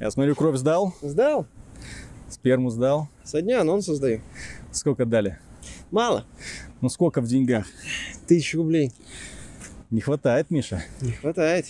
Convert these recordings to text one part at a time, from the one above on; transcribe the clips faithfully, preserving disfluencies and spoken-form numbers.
Я смотрю, кровь сдал. Сдал. Сперму сдал. Со дня анонс создаю. Сколько дали? Мало. Ну сколько в деньгах? Тысячу рублей. Не хватает, Миша. Не хватает.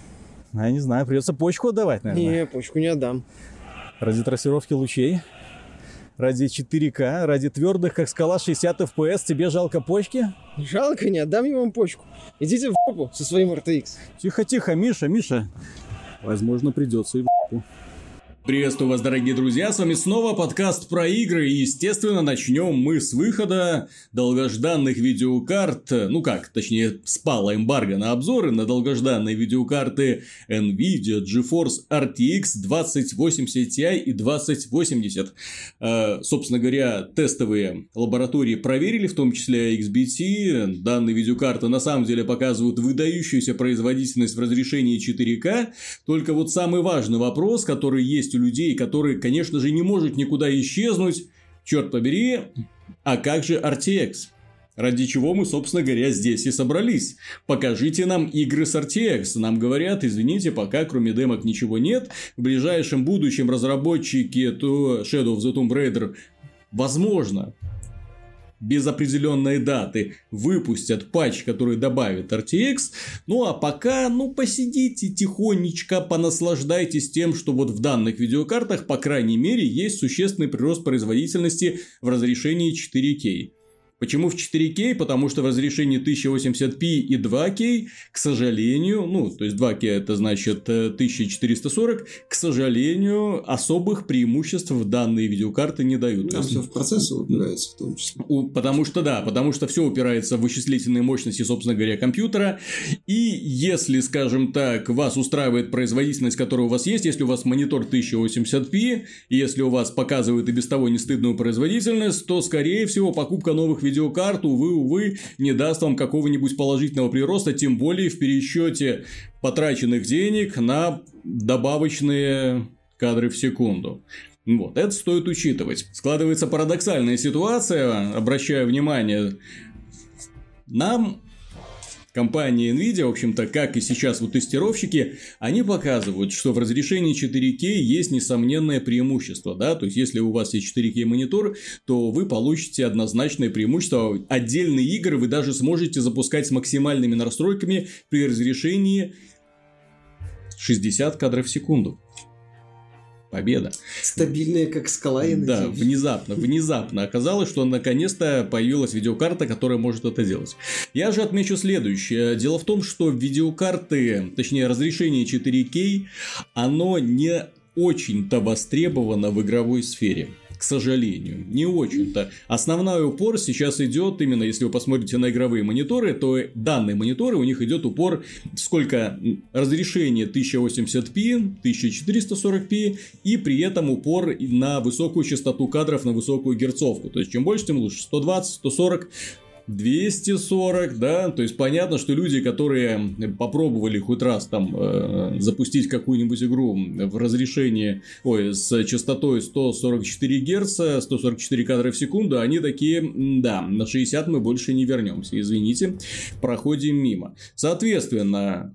А я не знаю, придется почку отдавать, наверное. Не, почку не отдам. Ради трассировки лучей, ради четыре ка, ради твердых, как скала, шестьдесят эф пи эс, тебе жалко почки? Жалко, не отдам я вам почку. Идите в жопу со своим эр тэ икс. Тихо-тихо, Миша, Миша. Возможно, придется и в жопу. Приветствую вас, дорогие друзья, с вами снова подкаст про игры, и, естественно, начнем мы с выхода долгожданных видеокарт, ну как, точнее, спала эмбарго на обзоры на долгожданные видеокарты Nvidia GeForce эр ти экс двадцать восемьдесят Ti и двадцать восемьдесят. Э, собственно говоря, тестовые лаборатории проверили, в том числе икс би ти, данные видеокарты на самом деле показывают выдающуюся производительность в разрешении четыре ка, только вот самый важный вопрос, который есть у людей, которые, конечно же, не может никуда исчезнуть, черт побери, а как же эр ти экс? Ради чего мы, собственно говоря, здесь и собрались. Покажите нам игры с эр ти экс. Нам говорят, извините, пока кроме демок ничего нет. В ближайшем будущем разработчики то Shadow of the Tomb Raider, возможно, без определенной даты выпустят патч, который добавит эр ти экс. Ну, а пока, ну, посидите тихонечко, понаслаждайтесь тем, что вот в данных видеокартах, по крайней мере, есть существенный прирост производительности в разрешении четыре кей. Почему в четыре кей? Потому что в разрешении тысяча восемьдесят пи и два кей, к сожалению, ну, то есть два кей это значит тысяча четыреста сорок, к сожалению, особых преимуществ данные видеокарты не дают. Там все в процессор упирается в том числе. Потому что, да, потому что все упирается в вычислительные мощности, собственно говоря, компьютера. И если, скажем так, вас устраивает производительность, которая у вас есть, если у вас монитор тысяча восемьдесят пи, и если у вас показывает и без того нестыдную производительность, то, скорее всего, покупка новых видеокарт видеокарту, увы, увы, не даст вам какого-нибудь положительного прироста, тем более в пересчете потраченных денег на добавочные кадры в секунду. Вот, это стоит учитывать. Складывается парадоксальная ситуация, обращаю внимание, нам... Компания Nvidia, в общем-то, как и сейчас вот тестировщики, они показывают, что в разрешении четыре кей есть несомненное преимущество, да, то есть, если у вас есть четыре кей монитор, то вы получите однозначное преимущество. Отдельные игры вы даже сможете запускать с максимальными настройками при разрешении шестьдесят кадров в секунду. Победа. Стабильная, как скала, я Да, надеюсь. внезапно, внезапно оказалось, что наконец-то появилась видеокарта, которая может это делать. Я же отмечу следующее. Дело в том, что видеокарты, точнее разрешение четыре кей, оно не очень-то востребовано в игровой сфере. К сожалению, не очень-то. Основной упор сейчас идет, именно если вы посмотрите на игровые мониторы, то данные мониторы, у них идет упор сколько разрешение тысяча восемьдесят пи, тысяча четыреста сорок пи, и при этом упор на высокую частоту кадров, на высокую герцовку. То есть, чем больше, тем лучше. сто двадцать, сто сорок... двести сорок, да, то есть понятно, что люди, которые попробовали хоть раз там э, запустить какую-нибудь игру в разрешении, ой, с частотой сто сорок четыре герца, сто сорок четыре кадра в секунду, они такие, да, на шестьдесят мы больше не вернемся, извините, проходим мимо. Соответственно,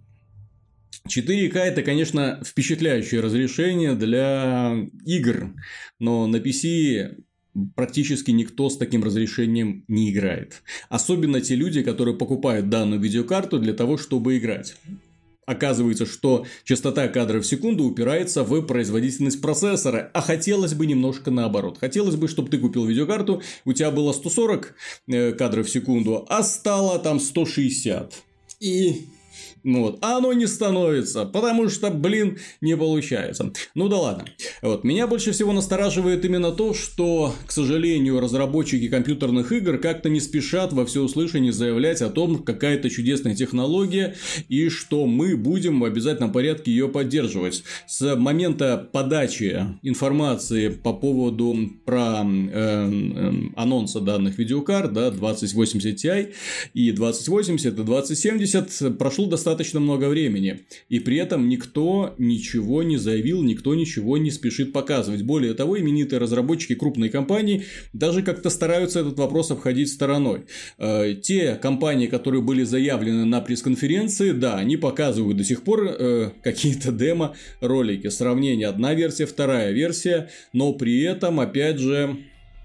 четыре ка это, конечно, впечатляющее разрешение для игр, но на пи си практически никто с таким разрешением не играет. Особенно те люди, которые покупают данную видеокарту для того, чтобы играть. Оказывается, что частота кадров в секунду упирается в производительность процессора, а хотелось бы немножко наоборот. Хотелось бы, чтобы ты купил видеокарту, у тебя было сто сорок кадров в секунду, а стало там сто шестьдесят. И... Ну вот, а оно не становится, потому что, блин, не получается. Ну да ладно. Вот, меня больше всего настораживает именно то, что, к сожалению, разработчики компьютерных игр как-то не спешат во всеуслышание заявлять о том, какая-то чудесная технология, и что мы будем в обязательном порядке ее поддерживать. С момента подачи информации по поводу про э, э, анонса данных видеокарт, да, двадцать восемьдесят Ti и двадцать восемьдесят и двадцать семьдесят прошло достаточно достаточно много времени. И при этом никто ничего не заявил, никто ничего не спешит показывать. Более того, именитые разработчики крупной компании даже как-то стараются этот вопрос обходить стороной. Те компании, которые были заявлены на пресс-конференции, да, они показывают до сих пор э, какие-то демо-ролики, сравнение одна версия, вторая версия, но при этом, опять же,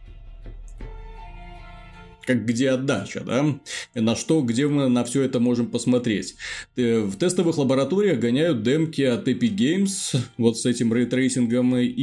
как где отдача, да? На что, где мы на все это можем посмотреть. В тестовых лабораториях гоняют демки от Epic Games, вот с этим рейтрейсингом, и,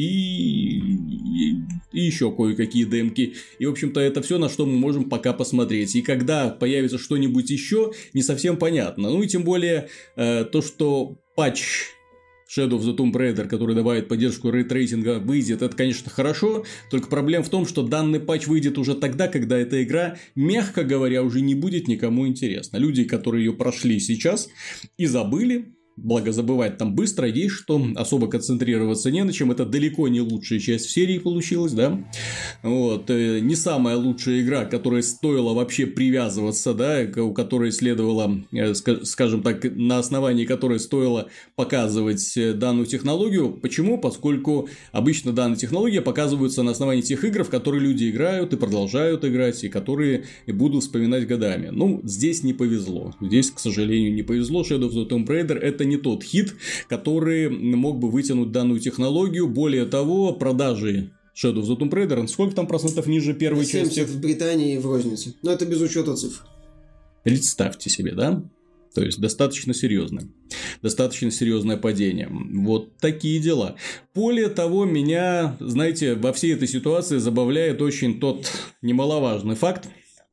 и, и еще кое-какие демки. И, в общем-то, это все, на что мы можем пока посмотреть. И когда появится что-нибудь еще, не совсем понятно. Ну и тем более, э, то, что патч Shadow of the Tomb Raider, который добавит поддержку рейтрейсинга, выйдет, это, конечно, хорошо, только проблема в том, что данный патч выйдет уже тогда, когда эта игра, мягко говоря, уже не будет никому интересна. Люди, которые ее прошли сейчас и забыли, благо забывать там быстро, есть что, особо концентрироваться не на чем, это далеко не лучшая часть в серии получилась, да, вот, не самая лучшая игра, которая стоила вообще привязываться, да, у которой следовало, скажем так, на основании которой стоило показывать данную технологию. Почему? Поскольку обычно данные технологии показываются на основании тех игр, в которые люди играют и продолжают играть, и которые будут вспоминать годами. Ну, здесь не повезло, здесь, к сожалению, не повезло. Shadow of the Tomb Raider — это не тот хит, который мог бы вытянуть данную технологию. Более того, продажи Shadow of the Tomb Raider, сколько там процентов ниже первой семьдесят части? в Британии в рознице. Но это без учета цифр. Представьте себе, да? То есть, достаточно серьезное. Достаточно серьезное падение. Вот такие дела. Более того, меня, знаете, во всей этой ситуации забавляет очень тот немаловажный факт.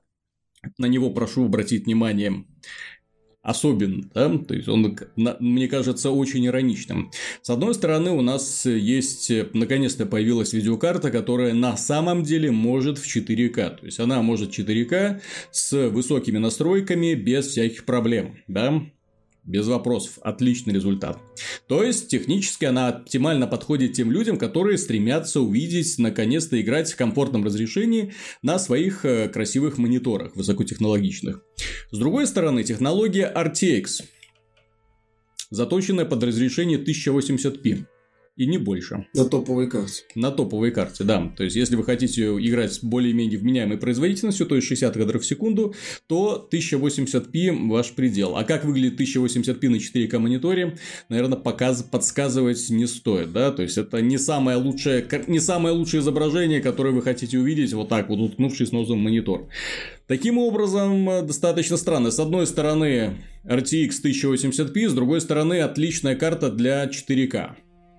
На него прошу обратить внимание. Особенно, да, то есть он, мне кажется, очень ироничным. С одной стороны, у нас есть, наконец-то появилась видеокарта, которая на самом деле может в четыре ка. То есть она может четыре ка с высокими настройками без всяких проблем, да. Без вопросов. Отличный результат. То есть, технически она оптимально подходит тем людям, которые стремятся увидеть, наконец-то, играть в комфортном разрешении на своих красивых мониторах высокотехнологичных. С другой стороны, технология ар ти экс, заточенная под разрешение тысяча восемьдесят пи. И не больше. На топовой карте. На топовой карте, да. То есть, если вы хотите играть с более-менее вменяемой производительностью, то есть шестьдесят кадров в секунду, то тысяча восемьдесят пи ваш предел. А как выглядит тысяча восемьдесят пи на четыре ка мониторе, наверное, показ... подсказывать не стоит, да. То есть, это не самое лучшее, не самое лучшее изображение, которое вы хотите увидеть вот так вот, уткнувшись носом в монитор. Таким образом, достаточно странно. С одной стороны, эр ти экс тысяча восемьдесят пи, с другой стороны, отличная карта для четыре ка.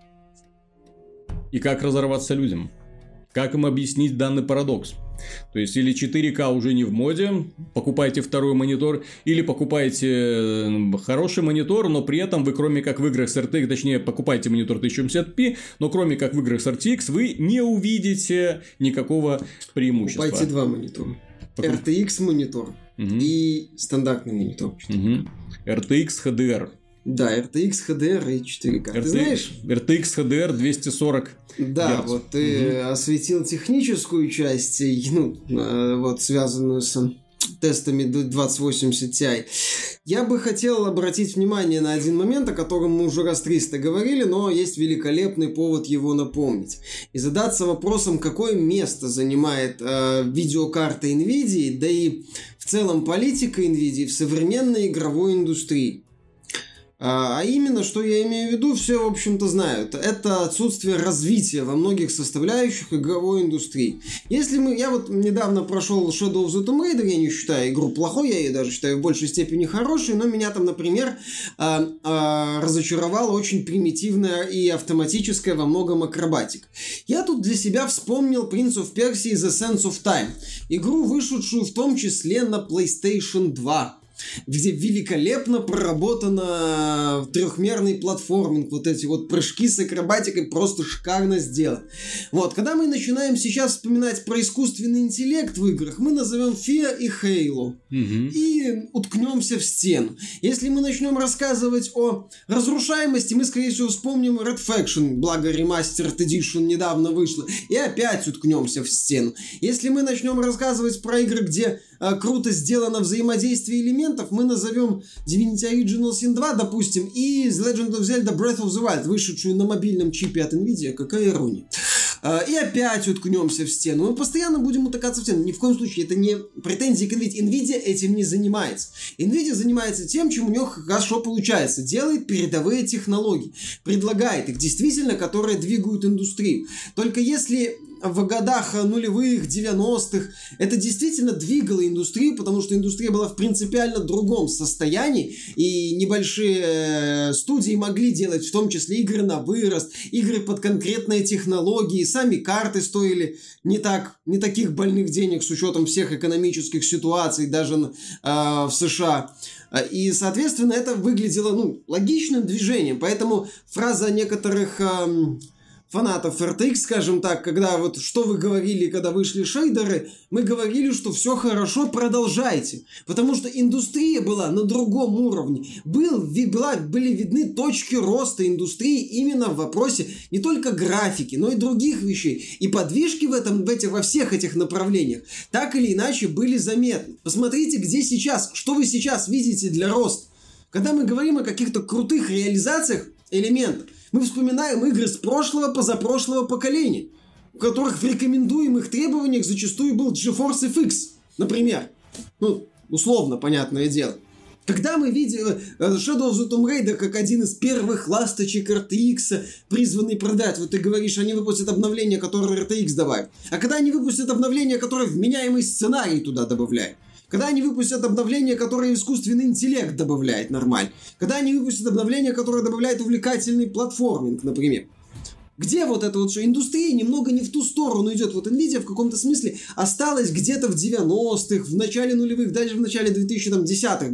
И как разорваться людям? Как им объяснить данный парадокс? То есть, или четыре ка уже не в моде, покупайте второй монитор, или покупайте хороший монитор, но при этом вы, кроме как в играх с эр ти экс, точнее, покупайте монитор тысяча восемьдесят пи, но кроме как в играх с эр ти экс, вы не увидите никакого преимущества. Покупайте два монитора. Покуп... эр ти экс монитор угу. и стандартный монитор. Угу. эр ти экс эйч ди ар. Да, эр ти экс эйч ди ар и четыре ка. эр ти экс, ты знаешь? эр ти экс эйч ди ар двести сорок. Да, Герц. вот ты угу. осветил техническую часть, ну, вот связанную с тестами двадцать восемьдесят ти. Я бы хотел обратить внимание на один момент, о котором мы уже раз триста говорили, но есть великолепный повод его напомнить. И задаться вопросом, какое место занимает э, видеокарта NVIDIA, да и в целом политика NVIDIA в современной игровой индустрии. А именно, что я имею в виду, все, в общем-то, знают. Это отсутствие развития во многих составляющих игровой индустрии. Если мы... Я вот недавно прошел Shadow of the Tomb Raider, я не считаю игру плохой, я ее даже считаю в большей степени хорошей, но меня там, например, а, а, разочаровала очень примитивная и автоматическая во многом акробатика. Я тут для себя вспомнил Prince of Persia The Sands of Time. Игру, вышедшую в том числе на PlayStation два. Где великолепно проработано трехмерный платформинг, вот эти вот прыжки с акробатикой просто шикарно сделаны. Вот, когда мы начинаем сейчас вспоминать про искусственный интеллект в играх, мы назовем Fear и Halo угу. и уткнемся в стену. Если мы начнем рассказывать о разрушаемости, мы, скорее всего, вспомним Red Faction, благо Remastered Edition недавно вышла, и опять уткнемся в стену. Если мы начнем рассказывать про игры, где э, круто сделано взаимодействие элементов, мы назовем Divinity Original Sin два, допустим, и The Legend of Zelda Breath of the Wild, вышедшую на мобильном чипе от Nvidia. Какая ирония. И опять уткнемся в стену. Мы постоянно будем утыкаться в стену. Ни в коем случае это не претензии к Nvidia. Nvidia этим не занимается. Nvidia занимается тем, чем у нее хорошо получается. Делает передовые технологии. Предлагает их действительно, которые двигают индустрию. Только если в годах нулевых, девяностых это действительно двигало индустрию, потому что индустрия была в принципиально другом состоянии, и небольшие студии могли делать в том числе игры на вырост, игры под конкретные технологии, сами карты стоили не так, не таких больных денег с учетом всех экономических ситуаций даже э, в США. И, соответственно, это выглядело ну, логичным движением. Поэтому фраза некоторых э, фанатов эр ти икс, скажем так, когда вот что вы говорили, когда вышли шейдеры, мы говорили, что все хорошо, продолжайте. Потому что индустрия была на другом уровне. Был, была, были видны точки роста индустрии именно в вопросе не только графики, но и других вещей. И подвижки в этом, в этих, во всех этих направлениях так или иначе были заметны. Посмотрите, где сейчас, что вы сейчас видите для роста. Когда мы говорим о каких-то крутых реализациях элементов, мы вспоминаем игры с прошлого, позапрошлого поколения, у которых в рекомендуемых требованиях зачастую был GeForce эф икс, например. Ну, условно, понятное дело. Когда мы видим Shadow of the Tomb Raider как один из первых ласточек эр ти икс, призванный продать, вот ты говоришь, они выпустят обновление, которое эр ти икс добавит. А когда они выпустят обновление, которое вменяемый сценарий туда добавляет? Когда они выпустят обновление, которое искусственный интеллект добавляет нормально. Когда они выпустят обновление, которое добавляет увлекательный платформинг, например. Где вот это вот что? Индустрия немного не в ту сторону идет. Вот Nvidia в каком-то смысле осталась где-то в девяностых, в начале нулевых, даже в начале двухтысячных,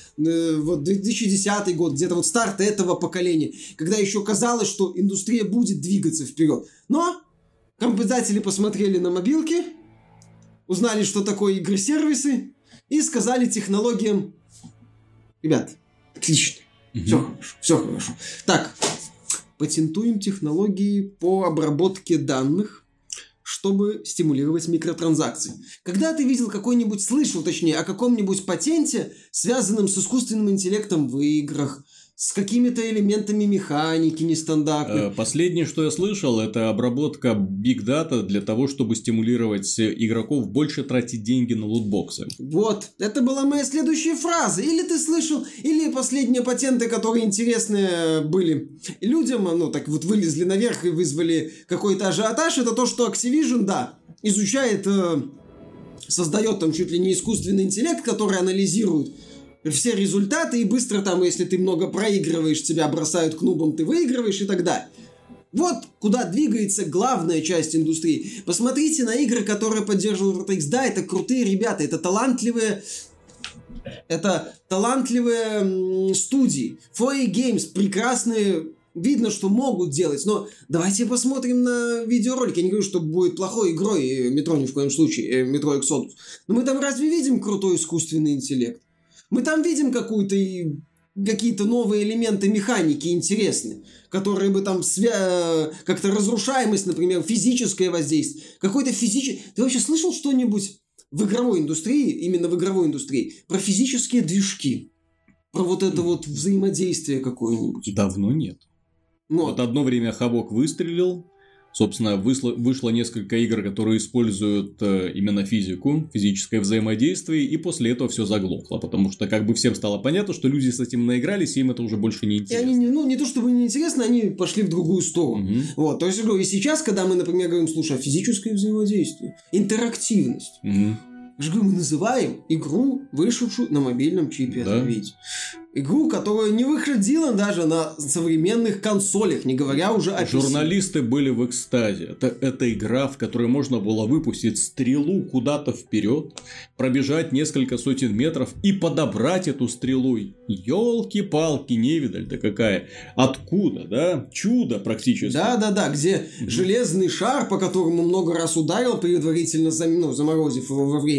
вот две тысячи десятый год, где-то вот старт этого поколения, когда еще казалось, что индустрия будет двигаться вперед. Но композатели посмотрели на мобилки, узнали, что такое игры-сервисы, и сказали технологиям: ребят, отлично, mm-hmm. все хорошо, все хорошо. Так, патентуем технологии по обработке данных, чтобы стимулировать микротранзакции. Когда ты видел какой-нибудь, слышал точнее, о каком-нибудь патенте, связанном с искусственным интеллектом в играх, с какими-то элементами механики нестандартной? Последнее, что я слышал, это обработка Big Data для того, чтобы стимулировать игроков больше тратить деньги на лутбоксы. Вот, это была моя следующая фраза. Или ты слышал, или последние патенты, которые интересные были людям, ну так вот вылезли наверх и вызвали какой-то ажиотаж, это то, что Activision, да, изучает, э, создает там чуть ли не искусственный интеллект, который анализирует все результаты, и быстро там, если ты много проигрываешь, тебя бросают к нубам, ты выигрываешь и так далее. Вот куда двигается главная часть индустрии. Посмотрите на игры, которые поддерживают эр ти икс. Да, это крутые ребята, это талантливые... Это талантливые м, студии. фор эй Games прекрасные... Видно, что могут делать, но давайте посмотрим на видеоролики. Я не говорю, что будет плохой игрой метро ни в коем случае, метро Exodus. Но мы там разве видим крутой искусственный интеллект? Мы там видим какую-то какие-то новые элементы механики интересные, которые бы там свя... как-то разрушаемость, например, физическое воздействие, какой-то физический... Ты вообще слышал что-нибудь в игровой индустрии, именно в игровой индустрии, про физические движки? Про вот это вот взаимодействие какое-нибудь? Давно нет. Вот, вот одно время Хавок выстрелил. Собственно, вышло, вышло несколько игр, которые используют э, именно физику, физическое взаимодействие, и после этого все заглохло, потому что как бы всем стало понятно, что люди с этим наигрались, и им это уже больше не интересно. И они, ну, не то чтобы не интересно, они пошли в другую сторону. Угу. Вот, то есть, и сейчас, когда мы, например, говорим, слушай, физическое взаимодействие, интерактивность, угу. я же говорю, мы называем игру, вышедшую на мобильном чипе, да. это видите. Игру, которая не выходила даже на современных консолях, не говоря уже о пи си. Журналисты были в экстазе. Это, это игра, в которой можно было выпустить стрелу куда-то вперед, пробежать несколько сотен метров и подобрать эту стрелу. Ёлки-палки, невидаль-то какая. Откуда, да? Чудо практически. Да-да-да, где угу. железный шар, по которому много раз ударил, предварительно зам... ну, заморозив его во время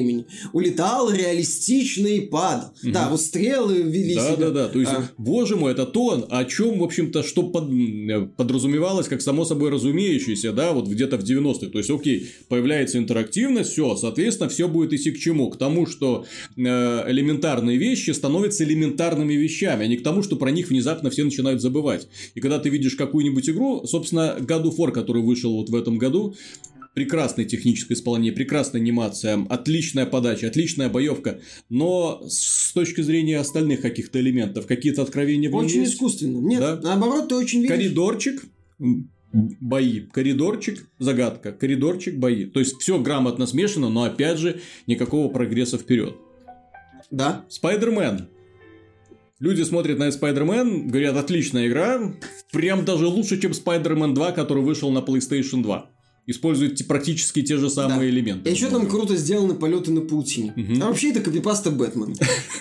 времени. Улетал реалистично и падал. Угу. Да, вот стрелы вели да, себя. Да, да, да. То есть, а... боже мой, это то, о чем, в общем-то, что под... подразумевалось, как само собой разумеющееся, да, вот где-то в девяностых. То есть, окей, появляется интерактивность, все, соответственно, все будет идти к чему? К тому, что элементарные вещи становятся элементарными вещами, а не к тому, что про них внезапно все начинают забывать. И когда ты видишь какую-нибудь игру, собственно, God of War, который вышел вот в этом году, прекрасное техническое исполнение, прекрасная анимация, отличная подача, отличная боевка, но с точки зрения остальных каких-то элементов, какие-то откровения в ней очень есть? Искусственно. Нет, да? Наоборот, ты очень видишь... Коридорчик, бои, коридорчик, загадка, коридорчик, бои. То есть, все грамотно смешано, но опять же, никакого прогресса вперед. Да. Спайдермен. Люди смотрят на Spider-Man, говорят, отличная игра, прям даже лучше, чем Spider-Man два, который вышел на PlayStation два. Использует практически те же самые да. элементы. И еще там круто сделаны полеты на паутине. Угу. А вообще это копипаста Бэтмена.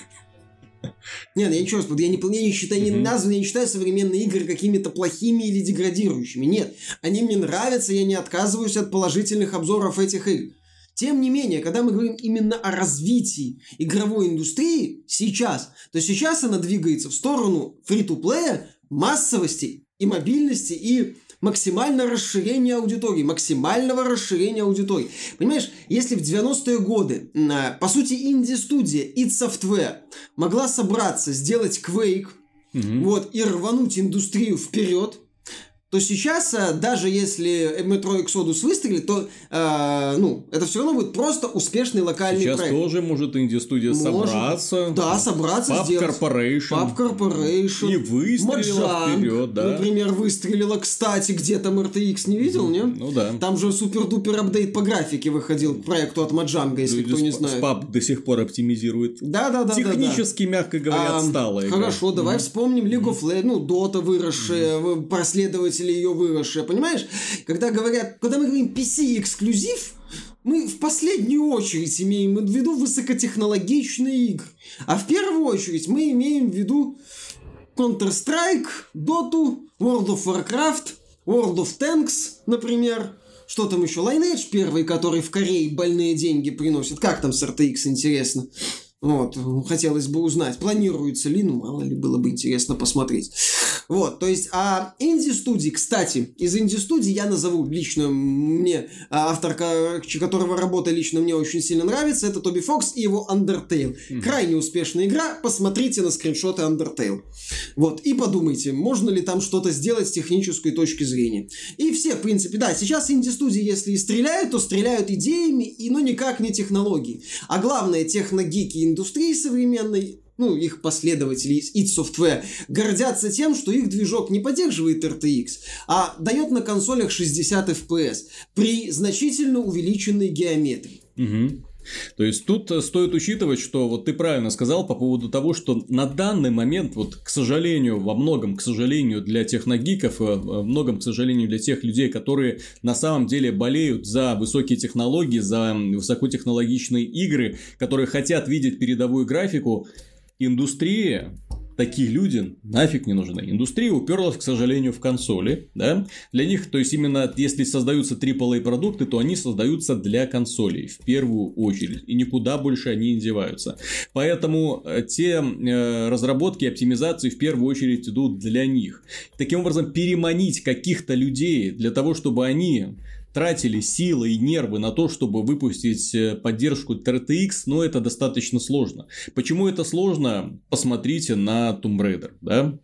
Нет, я ничего, я не, я не считаю, не названы, я не считаю современные игры какими-то плохими или деградирующими. Нет, они мне нравятся, я не отказываюсь от положительных обзоров этих игр. Тем не менее, когда мы говорим именно о развитии игровой индустрии сейчас, то сейчас она двигается в сторону фри-ту-плея, массовости и мобильности, и максимального расширения аудитории, максимального расширения аудитории. Понимаешь, если в девяностые годы, по сути, инди-студия id Software могла собраться, сделать Quake, угу. вот, и рвануть индустрию вперед, то сейчас, даже если Metro Exodus выстрелит, то э, ну, это все равно будет просто успешный локальный сейчас проект. Сейчас тоже может инди-студия собраться. Да, собраться Pub сделать. Corporation. Pub Corporation. И выстрелила Mojang, вперед, да. Например, выстрелила, кстати, где там эр ти экс не видел, не? Ну да. Там же супер-дупер апдейт по графике выходил к проекту от Mojang, если Люди кто не с, знает. Pub до сих пор оптимизирует. Да, да, да. Технически, да, да. мягко говоря, а, отсталая. Хорошо, давай mm-hmm. вспомним League of Legends, ну, Dota выросшая, mm-hmm. последователи ее выросшие. Понимаешь, когда говорят, когда мы говорим пи си-эксклюзив, мы в последнюю очередь имеем в виду высокотехнологичные игры. А в первую очередь мы имеем в виду Counter-Strike, Dota, World of Warcraft, World of Tanks, например. Что там еще? Lineage первый, который в Корее больные деньги приносит. Как там с эр ти экс, интересно? Вот, хотелось бы узнать, планируется ли, ну, мало ли, было бы интересно посмотреть. Вот, то есть, а инди-студии, кстати, из инди-студий я назову лично мне, автор которого работа лично мне очень сильно нравится, это Тоби Фокс и его Undertale. Mm-hmm. Крайне успешная игра, посмотрите на скриншоты Undertale. Вот, и подумайте, можно ли там что-то сделать с технической точки зрения. И все, в принципе, да, сейчас инди-студии, если и стреляют, то стреляют идеями, и, ну, никак не технологией. А главное, техногики индустрии современной, ну, их последователи из id Software, гордятся тем, что их движок не поддерживает эр ти экс, а дает на консолях шестьдесят эф пи эс при значительно увеличенной геометрии. Угу. То есть, тут стоит учитывать, что вот ты правильно сказал по поводу того, что на данный момент, вот, к сожалению, во многом, к сожалению, для техногиков, во многом, к сожалению, для тех людей, которые на самом деле болеют за высокие технологии, за высокотехнологичные игры, которые хотят видеть передовую графику, индустрия, такие люди нафиг не нужны. Индустрия уперлась, к сожалению, в консоли, да? Для них, то есть, именно если создаются трипл эй продукты, то они создаются для консолей в первую очередь, и никуда больше они не деваются. Поэтому те э, разработки и оптимизации в первую очередь идут для них. Таким образом, переманить каких-то людей для того, чтобы они тратили силы и нервы на то, чтобы выпустить поддержку эр ти экс, но это достаточно сложно. Почему это сложно? Посмотрите на Tomb Raider, да?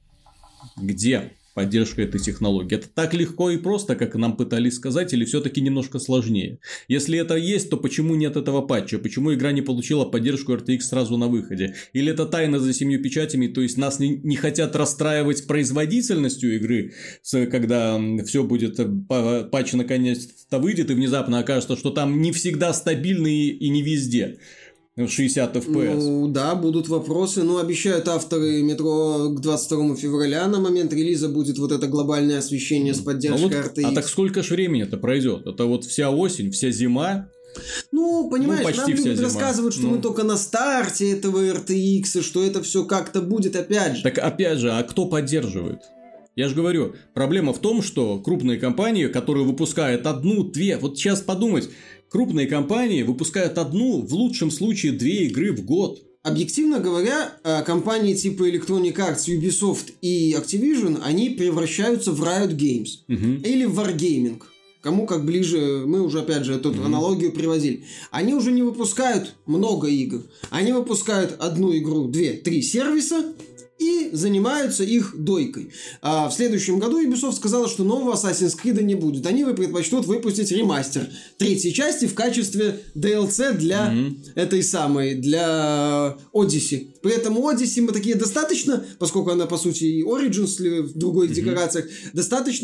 Где поддержка этой технологии? Это так легко и просто, как нам пытались сказать, или все-таки немножко сложнее? Если это есть, то почему нет этого патча? Почему игра не получила поддержку эр ти экс сразу на выходе? Или это тайна за семью печатями, то есть нас не, не хотят расстраивать производительностью игры, когда все будет, патч наконец-то выйдет и внезапно окажется, что там не всегда стабильно и не везде шестьдесят эф пи эс. Ну, да, будут вопросы, но обещают авторы метро к двадцать второму февраля на момент релиза будет вот это глобальное освещение с поддержкой вот, эр ти экс. А так сколько ж времени это пройдет? Это вот вся осень, вся зима. Ну, понимаешь, ну, нам любят рассказывать, что ну. мы только на старте этого эр ти экс, и что это все как-то будет опять же. Так опять же, а кто поддерживает? Я же говорю, проблема в том, что крупные компании, которые выпускают одну, две, вот сейчас подумать, крупные компании выпускают одну, в лучшем случае две игры в год. Объективно говоря, компании типа Electronic Arts, Ubisoft и Activision, они превращаются в Riot Games. Угу. Или в Wargaming. Кому как ближе, мы уже опять же эту mm-hmm. аналогию приводили. Они уже не выпускают много игр. Они выпускают одну игру, две, три сервиса и занимаются их дойкой. А в следующем году Ubisoft сказала, что нового Assassin's Creed не будет. Они предпочтут выпустить ремастер третьей части в качестве ди эл си для mm-hmm. этой самой, для Odyssey. При этом у Odyssey мы такие достаточно, поскольку она, по сути, и Origins в других mm-hmm. декорациях, достаточно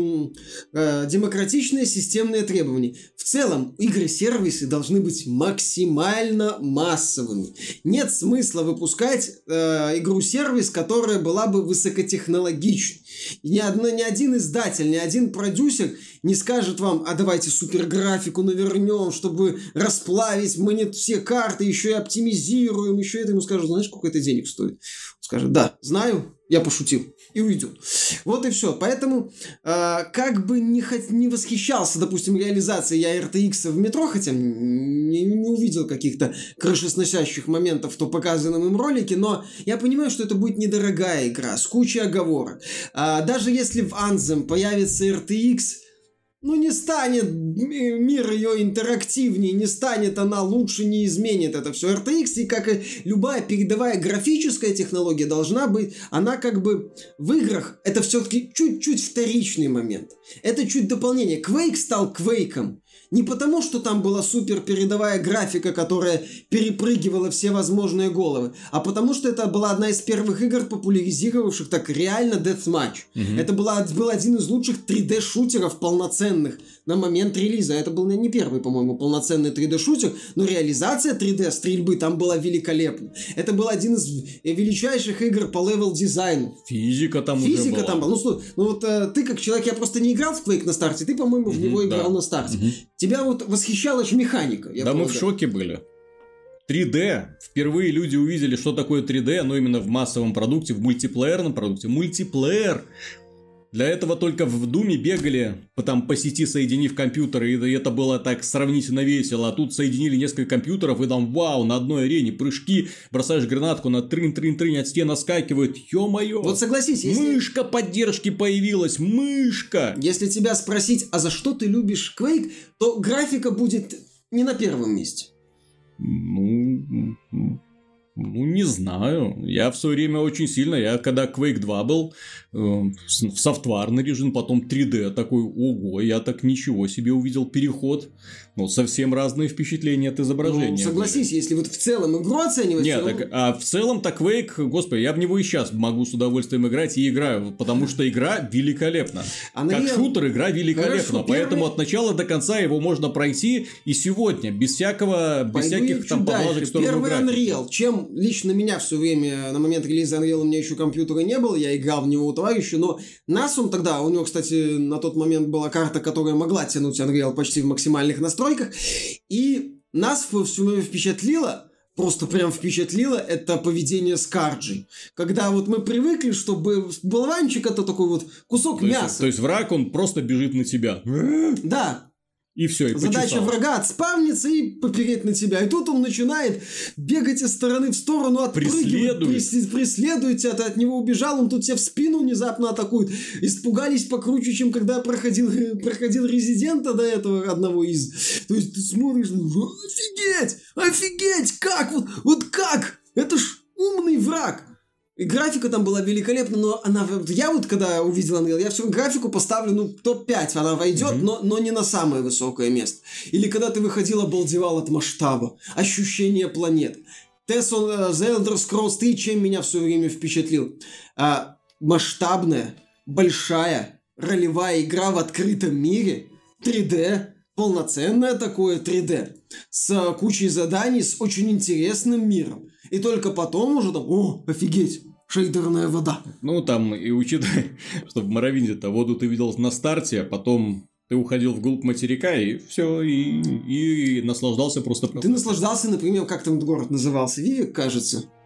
э, демократичные системные требования. В целом, игры-сервисы должны быть максимально массовыми. Нет смысла выпускать э, игру-сервис, которая была бы высокотехнологичной. Ни, одно, ни один издатель, ни один продюсер не скажет вам, а давайте суперграфику навернем, чтобы расплавить мы не все карты, еще и оптимизируем, еще это. Ему скажут, знаешь, сколько это денег стоит? Он скажет, да, знаю, я пошутил. И уйдет. Вот и все. Поэтому, э, как бы не, хот... не восхищался, допустим, реализацией я эр ти экс в метро, хотя не, не увидел каких-то крышесносящих моментов в то показанном им ролике, но я понимаю, что это будет недорогая игра, с кучей оговорок. Э, даже если в Anthem появится эр ти экс, ну, не станет мир ее интерактивнее, не станет она лучше, не изменит это все. эр ти экс, и как и любая передовая графическая технология должна быть, она как бы в играх, это все-таки чуть-чуть вторичный момент. Это чуть дополнение. Quake стал Quake'ом не потому, что там была супер передовая графика, которая перепрыгивала все возможные головы, а потому, что это была одна из первых игр, популяризировавших так реально Deathmatch. Mm-hmm. Это была, был один из лучших три дэ-шутеров полноценных на момент релиза. Это был не первый, по-моему, полноценный три дэ-шутер, но реализация три дэ-стрельбы там была великолепна. Это был один из величайших игр по левел-дизайну. Физика там Физика уже была. там была. Ну, слушай, ну вот э, ты как человек, я просто не играл в Quake на старте, ты, по-моему, в mm-hmm, него играл да. на старте. Mm-hmm. Тебя вот восхищала же механика. Я да, полагаю. мы в шоке были. три дэ. Впервые люди увидели, что такое три дэ, но именно в массовом продукте, в мультиплеерном продукте. Мультиплеер. Для этого только в Думе бегали, там по сети соединив компьютеры, и это было так сравнительно весело. А тут соединили несколько компьютеров, и там вау, на одной арене прыжки, бросаешь гранатку, на трын-трын-трын, от стен наскакивают. Ё-моё! Вот согласись, если... Мышка поддержки появилась, мышка! Если тебя спросить, а за что ты любишь Quake, то графика будет не на первом месте. Ну... Ну, не знаю. Я в свое время очень сильно... Я когда Quake два был, э, в софтварный режим, потом три дэ, такой, ого, я так ничего себе увидел переход. Ну, совсем разные впечатления от изображения. Ну, согласись, были. Если вот в целом игру оценивать... Нет, равно... так, а в целом-то Quake, господи, я в него и сейчас могу с удовольствием играть и играю, потому что игра великолепна. Unreal... Как шутер игра великолепна, Хорошо, поэтому первый... от начала до конца его можно пройти и сегодня, без всякого, без Пойду всяких там поблажек в сторону Первый графики. Unreal, чем лично меня все время, на момент релиза Unreal у меня еще компьютера не было, я играл в него у товарища, но нас он тогда, у него, кстати, на тот момент была карта, которая могла тянуть Unreal почти в максимальных настройках, и нас все время впечатлило, просто прям впечатлило это поведение Скарджи. Когда вот мы привыкли, чтобы болванчик это такой вот кусок то мяса. Есть, то есть враг, он просто бежит на тебя. Да. И все, и Задача почесал. врага отспавниться и попереть на тебя. И тут он начинает бегать из стороны в сторону, отпрыгивать, преследует, преследует тебя, ты от него убежал, он тут тебя в спину внезапно атакует. Испугались покруче, чем когда проходил, проходил Резидента до этого одного из. То есть ты смотришь, офигеть, офигеть, как, вот, вот как, это ж умный враг. И графика там была великолепна, но она... Я вот, когда увидел Unreal, я всю графику поставлю, ну, топ пять она войдет, mm-hmm. но, но не на самое высокое место. Или когда ты выходил, обалдевал от масштаба, ощущения планеты. Tales of the Elder Scrolls три, чем меня все время впечатлил? А, масштабная, большая, ролевая игра в открытом мире, три дэ, полноценное такое три дэ, с кучей заданий, с очень интересным миром. И только потом уже там, о, офигеть, шейдерная вода. Ну, там, и учитывая, что в Моровинде-то воду ты видел на старте, а потом ты уходил вглубь материка, и все, и, и наслаждался просто... Ты наслаждался, например, как там город назывался? Вивек, кажется?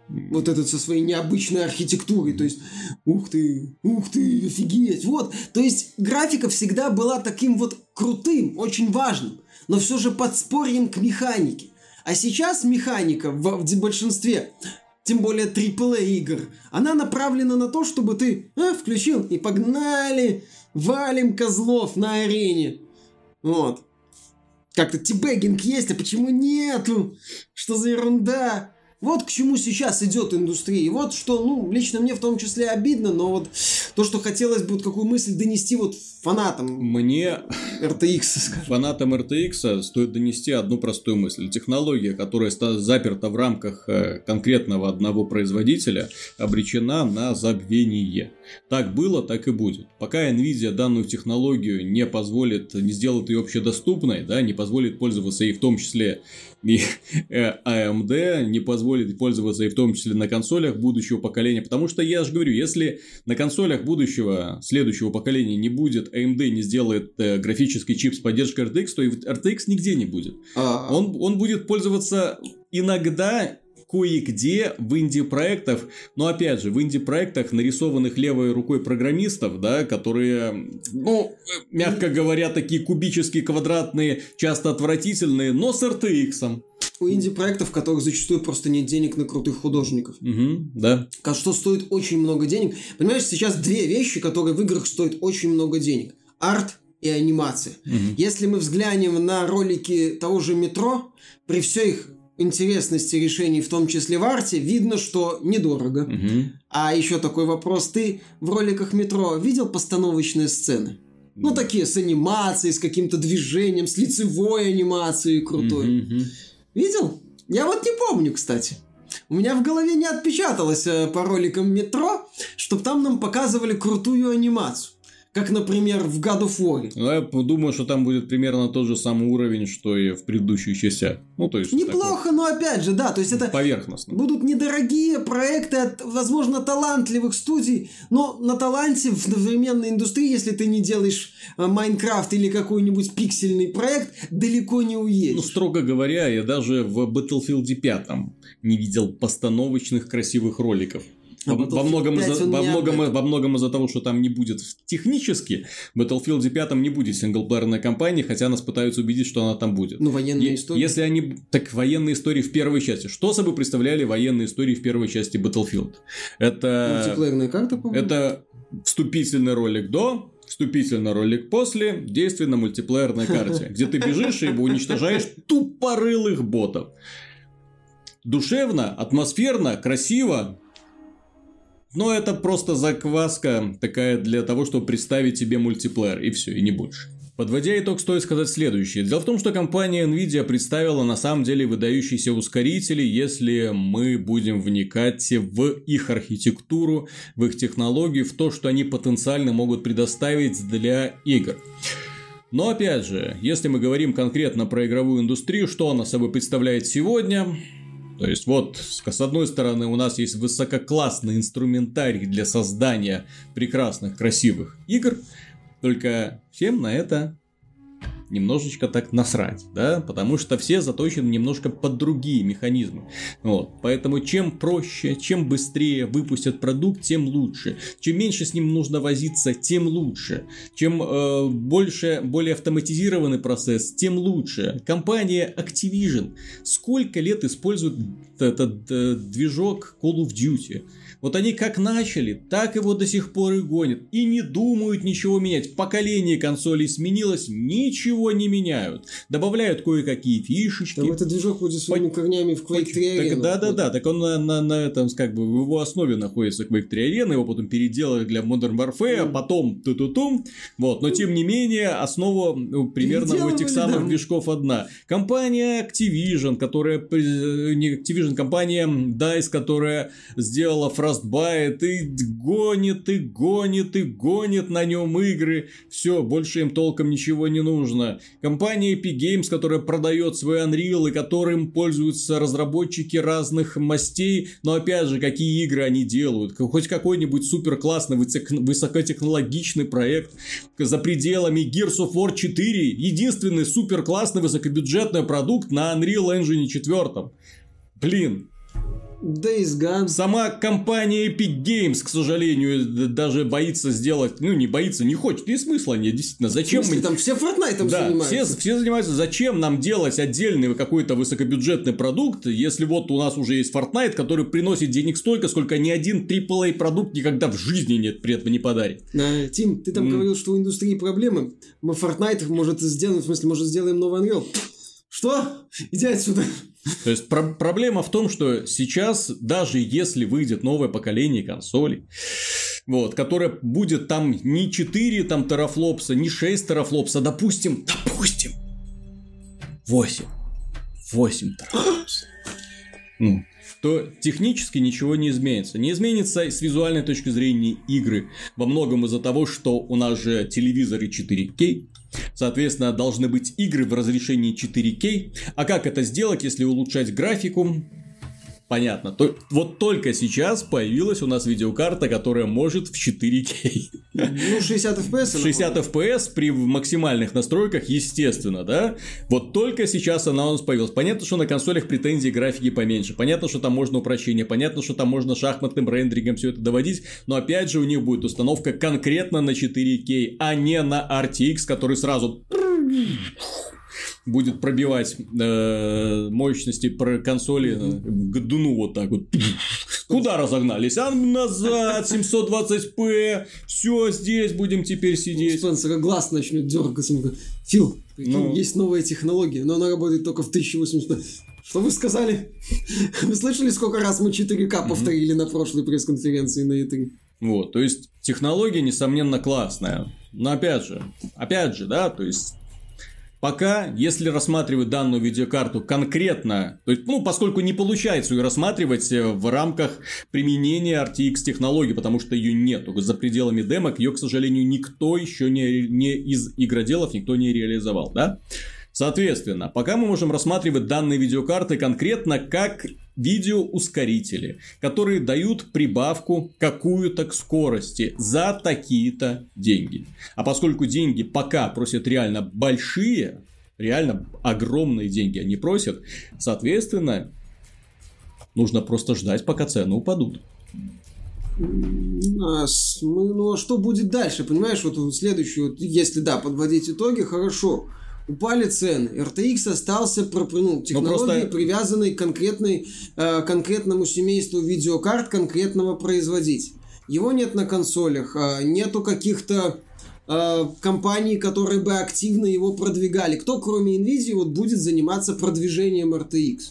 Вот этот со своей необычной архитектурой. То есть, ух ты, ух ты, офигеть. Вот, то есть, графика всегда была таким вот крутым, очень важным, но все же подспорьем к механике. А сейчас механика в, в большинстве, тем более трипл эй игр, она направлена на то, чтобы ты а, включил и погнали, валим козлов на арене. Вот. Как-то тибэггинг есть, а почему нету? Что за ерунда? Вот к чему сейчас идет индустрия. И вот что, ну, лично мне в том числе обидно, но вот то, что хотелось бы вот какую мысль донести вот фанатам. Мне, эр ти экс, скажем. Фанатам эр ти экс стоит донести одну простую мысль. Технология, которая заперта в рамках конкретного одного производителя, обречена на забвение. Так было, так и будет. Пока Nvidia данную технологию не позволит, не сделает ее общедоступной, да, не позволит пользоваться ей в том числе и эй эм ди, не позволит пользоваться и в том числе на консолях будущего поколения. Потому что я же говорю, если на консолях будущего, следующего поколения не будет, эй эм ди не сделает э, графический чип с поддержкой эр ти экс, то и эр ти экс нигде не будет. Он, он будет пользоваться иногда кое-где в инди-проектах, но опять же, в инди-проектах, нарисованных левой рукой программистов, да, которые, ну, мягко говоря, такие кубические, квадратные, часто отвратительные, но с эр ти экс. У инди-проектов, в которых зачастую просто нет денег на крутых художников. Угу, да. Что стоит очень много денег. Понимаешь, сейчас две вещи, которые в играх стоят очень много денег. Арт и анимация. Угу. Если мы взглянем на ролики того же Метро, при всей их интересности решений, в том числе в арте, видно, что недорого. Угу. А еще такой вопрос. Ты в роликах Метро видел постановочные сцены? Ну, такие с анимацией, с каким-то движением, с лицевой анимацией крутой. Угу. Видел? Я вот не помню, кстати. У меня в голове не отпечаталось э, по роликам Метро, чтобы там нам показывали крутую анимацию. Как, например, в God of War. Ну, я думаю, что там будет примерно тот же самый уровень, что и в предыдущих частях. Ну, то есть... Неплохо, но опять же, да. То есть, это поверхностно. Будут недорогие проекты от, возможно, талантливых студий, но на таланте в современной индустрии, если ты не делаешь Майнкрафт или какой-нибудь пиксельный проект, далеко не уедешь. Ну, строго говоря, я даже в Battlefield пять не видел постановочных красивых роликов. А во, многом из-за, во, многом, во многом из-за того, что там не будет технически, в Battlefield пять не будет синглплеерной кампании, хотя нас пытаются убедить, что она там будет. Ну, военные е- истории. Если они... Так, военные истории в первой части. Что собой представляли военные истории в первой части Battlefield? Это... Мультиплеерная карта, по-моему? Это вступительный ролик до... Вступительный ролик после, действие на мультиплеерной карте, где ты бежишь и уничтожаешь тупорылых ботов. Душевно, атмосферно, красиво. Но это просто закваска такая для того, чтобы представить тебе мультиплеер, и все, и не больше. Подводя итог, стоит сказать следующее. Дело в том, что компания Nvidia представила на самом деле выдающиеся ускорители, если мы будем вникать в их архитектуру, в их технологии, в то, что они потенциально могут предоставить для игр. Но опять же, если мы говорим конкретно про игровую индустрию, что она собой представляет сегодня... То есть, вот, с одной стороны, у нас есть высококлассный инструментарий для создания прекрасных, красивых игр, только всем на это немножечко так насрать, да, потому что все заточены немножко под другие механизмы. Вот. Поэтому чем проще, чем быстрее выпустят продукт, тем лучше. Чем меньше с ним нужно возиться, тем лучше. Чем э, больше, более автоматизированный процесс, тем лучше. Компания Activision сколько лет использует этот э, движок Call of Duty? Вот они как начали, так его до сих пор и гонят. И не думают ничего менять. Поколение консолей сменилось, ничего не меняют. Добавляют кое-какие фишечки. Там этот движок будет своими По... корнями в Quake три Arena. Да-да-да, так он на, на, на этом, как бы, в его основе находится Quake три Arena, его потом переделали для Modern Warfare, mm. потом ту-ту-тум. Вот, но тем не менее, основа ну, примерно у этих самых да. движков одна. Компания Activision, которая, не Activision, компания дайс, которая сделала Frostbite, и гонит, и гонит, и гонит на нем игры. Все, больше им толком ничего не нужно. Компания Epic Games, которая продает свой Unreal, и которым пользуются разработчики разных мастей. Но опять же, какие игры они делают? Хоть какой-нибудь супер классный, высокотехнологичный проект за пределами Gears of War четыре. Единственный супер классный высокобюджетный продукт на Unreal Engine четыре. Блин. Days Gone. Сама компания Epic Games, к сожалению, даже боится сделать, ну не боится, не хочет, и смысла нет, действительно, зачем в смысле, мы... там все Fortnite да, занимаются. Все, все занимаются, зачем нам делать отдельный какой-то высокобюджетный продукт, если вот у нас уже есть Fortnite, который приносит денег столько, сколько ни один трипл эй продукт никогда в жизни нет, при этом не подарит. А, Тим, ты там mm. говорил, что у индустрии проблемы, мы Fortnite может сделаем, в смысле, может сделаем новый Unreal. Что? Иди отсюда. То есть про- проблема в том, что сейчас, даже если выйдет новое поколение консолей, вот, которое будет там не четыре там, терафлопса, не шесть терафлопса, а допустим, допустим, восемь. восемь терафлопс. Ну, то технически ничего не изменится. Не изменится с визуальной точки зрения игры. Во многом из-за того, что у нас же телевизоры четыре кей. Соответственно, должны быть игры в разрешении четыре кей. А как это сделать, если улучшать графику? Понятно. То, вот только сейчас появилась у нас видеокарта, которая может в четыре кей. Ну, шестьдесят эф пи эс. шестьдесят эф пи эс при максимальных настройках, естественно, да? Вот только сейчас она у нас появилась. Понятно, что на консолях претензии графики поменьше. Понятно, что там можно упрощение. Понятно, что там можно шахматным рендерингом все это доводить. Но опять же у них будет установка конкретно на четыре кей, а не на ар ти экс, который сразу... будет пробивать э, мощности про консоли э, к дну вот так вот. Куда разогнались? А назад, семьсот двадцать пэ. Все, здесь будем теперь сидеть. Спенсера глаз начнет дергаться. Фил, ну... есть новая технология, но она работает только в тысяча восемьдесят. Что вы сказали? Вы слышали, сколько раз мы четыре ка повторили на прошлой пресс-конференции на и три? Вот, то есть технология, несомненно, классная. Но опять же, опять же, да, то есть... Пока, если рассматривать данную видеокарту конкретно, то есть, ну, поскольку не получается ее рассматривать в рамках применения ар ти экс технологии, потому что ее нету, за пределами демок ее, к сожалению, никто еще не, не из игроделов никто не реализовал, да? Соответственно, пока мы можем рассматривать данные видеокарты конкретно как видеоускорители, которые дают прибавку какую-то к скорости за такие-то деньги. А поскольку деньги пока просят реально большие, реально огромные деньги они просят, соответственно, нужно просто ждать, пока цены упадут. А, мы, ну а что будет дальше, понимаешь, вот следующую, вот, если да, подводить итоги, хорошо. Упали цены. эр ти экс остался ну, технологией, просто... привязанной к конкретной, э, конкретному семейству видеокарт конкретного производителя. Его нет на консолях, э, нету каких-то э, компаний, которые бы активно его продвигали. Кто, кроме Nvidia, вот, будет заниматься продвижением эр ти экс?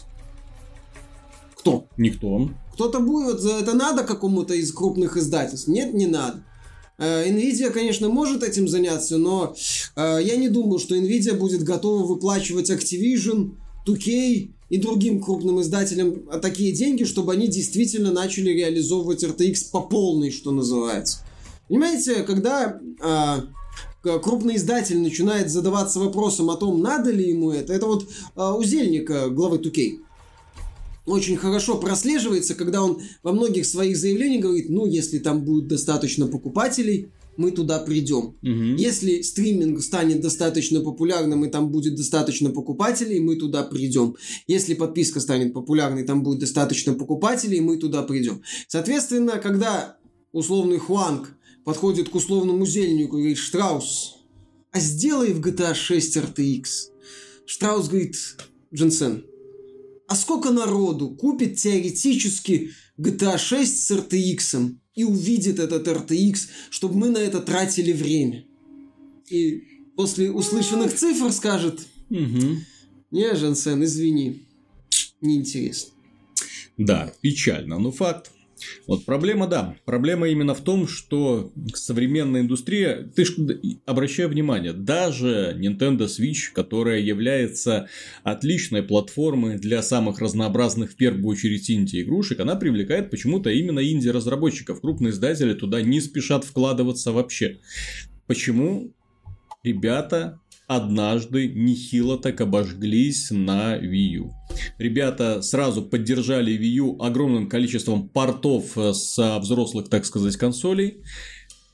Кто? Никто. Кто-то будет, это надо какому-то из крупных издательств? Нет, не надо. Nvidia, конечно, может этим заняться, но э, я не думаю, что Nvidia будет готова выплачивать Activision, ту кей и другим крупным издателям такие деньги, чтобы они действительно начали реализовывать эр ти экс по полной, что называется. Понимаете, когда э, крупный издатель начинает задаваться вопросом о том, надо ли ему это, это вот э, Узельник, главы ту кей, очень хорошо прослеживается, когда он во многих своих заявлениях говорит, ну, если там будет достаточно покупателей, мы туда придем. Угу. Если стриминг станет достаточно популярным и там будет достаточно покупателей, мы туда придем. Если подписка станет популярной, там будет достаточно покупателей, мы туда придем. Соответственно, когда условный Хуанг подходит к условному Зельнику и говорит, Штраус, а сделай в джи ти эй шесть эр ти экс. Штраус говорит, Дженсен, а сколько народу купит теоретически джи ти эй шесть с эр ти экс и увидит этот эр ти экс, чтобы мы на это тратили время? И после услышанных цифр скажет, угу. Не, Жансен, извини, неинтересно. Да, печально, но факт. Вот проблема, да, проблема именно в том, что современная индустрия, ты ж обращай внимание, даже Nintendo Switch, которая является отличной платформой для самых разнообразных, в первую очередь, инди-игрушек, она привлекает почему-то именно инди-разработчиков. Крупные издатели туда не спешат вкладываться вообще. Почему? Ребята однажды нехило так обожглись на Wii U. Ребята сразу поддержали Wii U огромным количеством портов с взрослых, так сказать, консолей.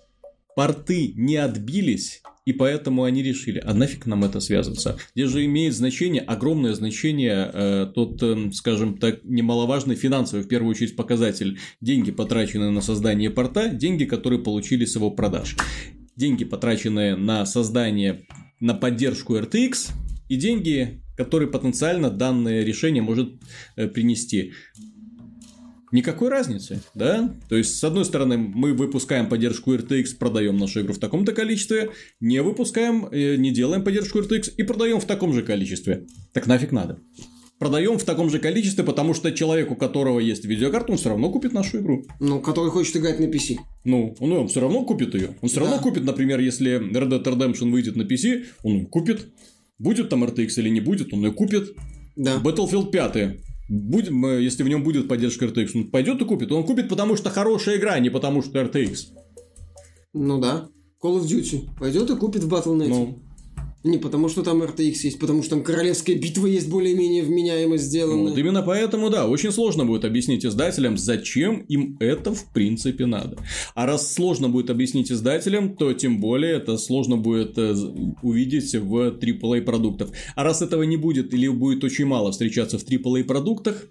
порты не отбились, и поэтому они решили, а нафиг нам это связываться. Здесь же имеет значение, огромное значение, э, тот, э, скажем так, немаловажный финансовый, в первую очередь, показатель. Деньги, потраченные на создание порта, деньги, которые получили с его продаж. Деньги, потраченные на создание, на поддержку эр ти экс, и деньги, которые потенциально данное решение может э, принести. Никакой разницы, да? То есть, с одной стороны, мы выпускаем поддержку эр ти экс, продаем нашу игру в таком-то количестве, не выпускаем, не делаем поддержку эр ти экс и продаем в таком же количестве. Так нафиг надо. Продаем в таком же количестве, потому что человек, у которого есть видеокарта, он все равно купит нашу игру. Ну, который хочет играть на пи си. Ну, он, он все равно купит ее. Он все да. равно купит, например, если Red Dead Redemption выйдет на пи си, он купит. Будет там эр ти экс или не будет, он ее купит. Да. Battlefield пять. Будем, если в нем будет поддержка эр ти экс, он пойдет и купит. Он купит, потому что хорошая игра, а не потому что эр ти экс. Ну да. Call of Duty пойдет и купит в батл точка нет. Ну. Не потому что там эр ти экс есть, потому что там королевская битва есть более-менее вменяемо сделана. Вот именно поэтому, да, очень сложно будет объяснить издателям, зачем им это в принципе надо. А раз сложно будет объяснить издателям, то тем более это сложно будет увидеть в три эй продуктах. А раз этого не будет или будет очень мало встречаться в три эй продуктах,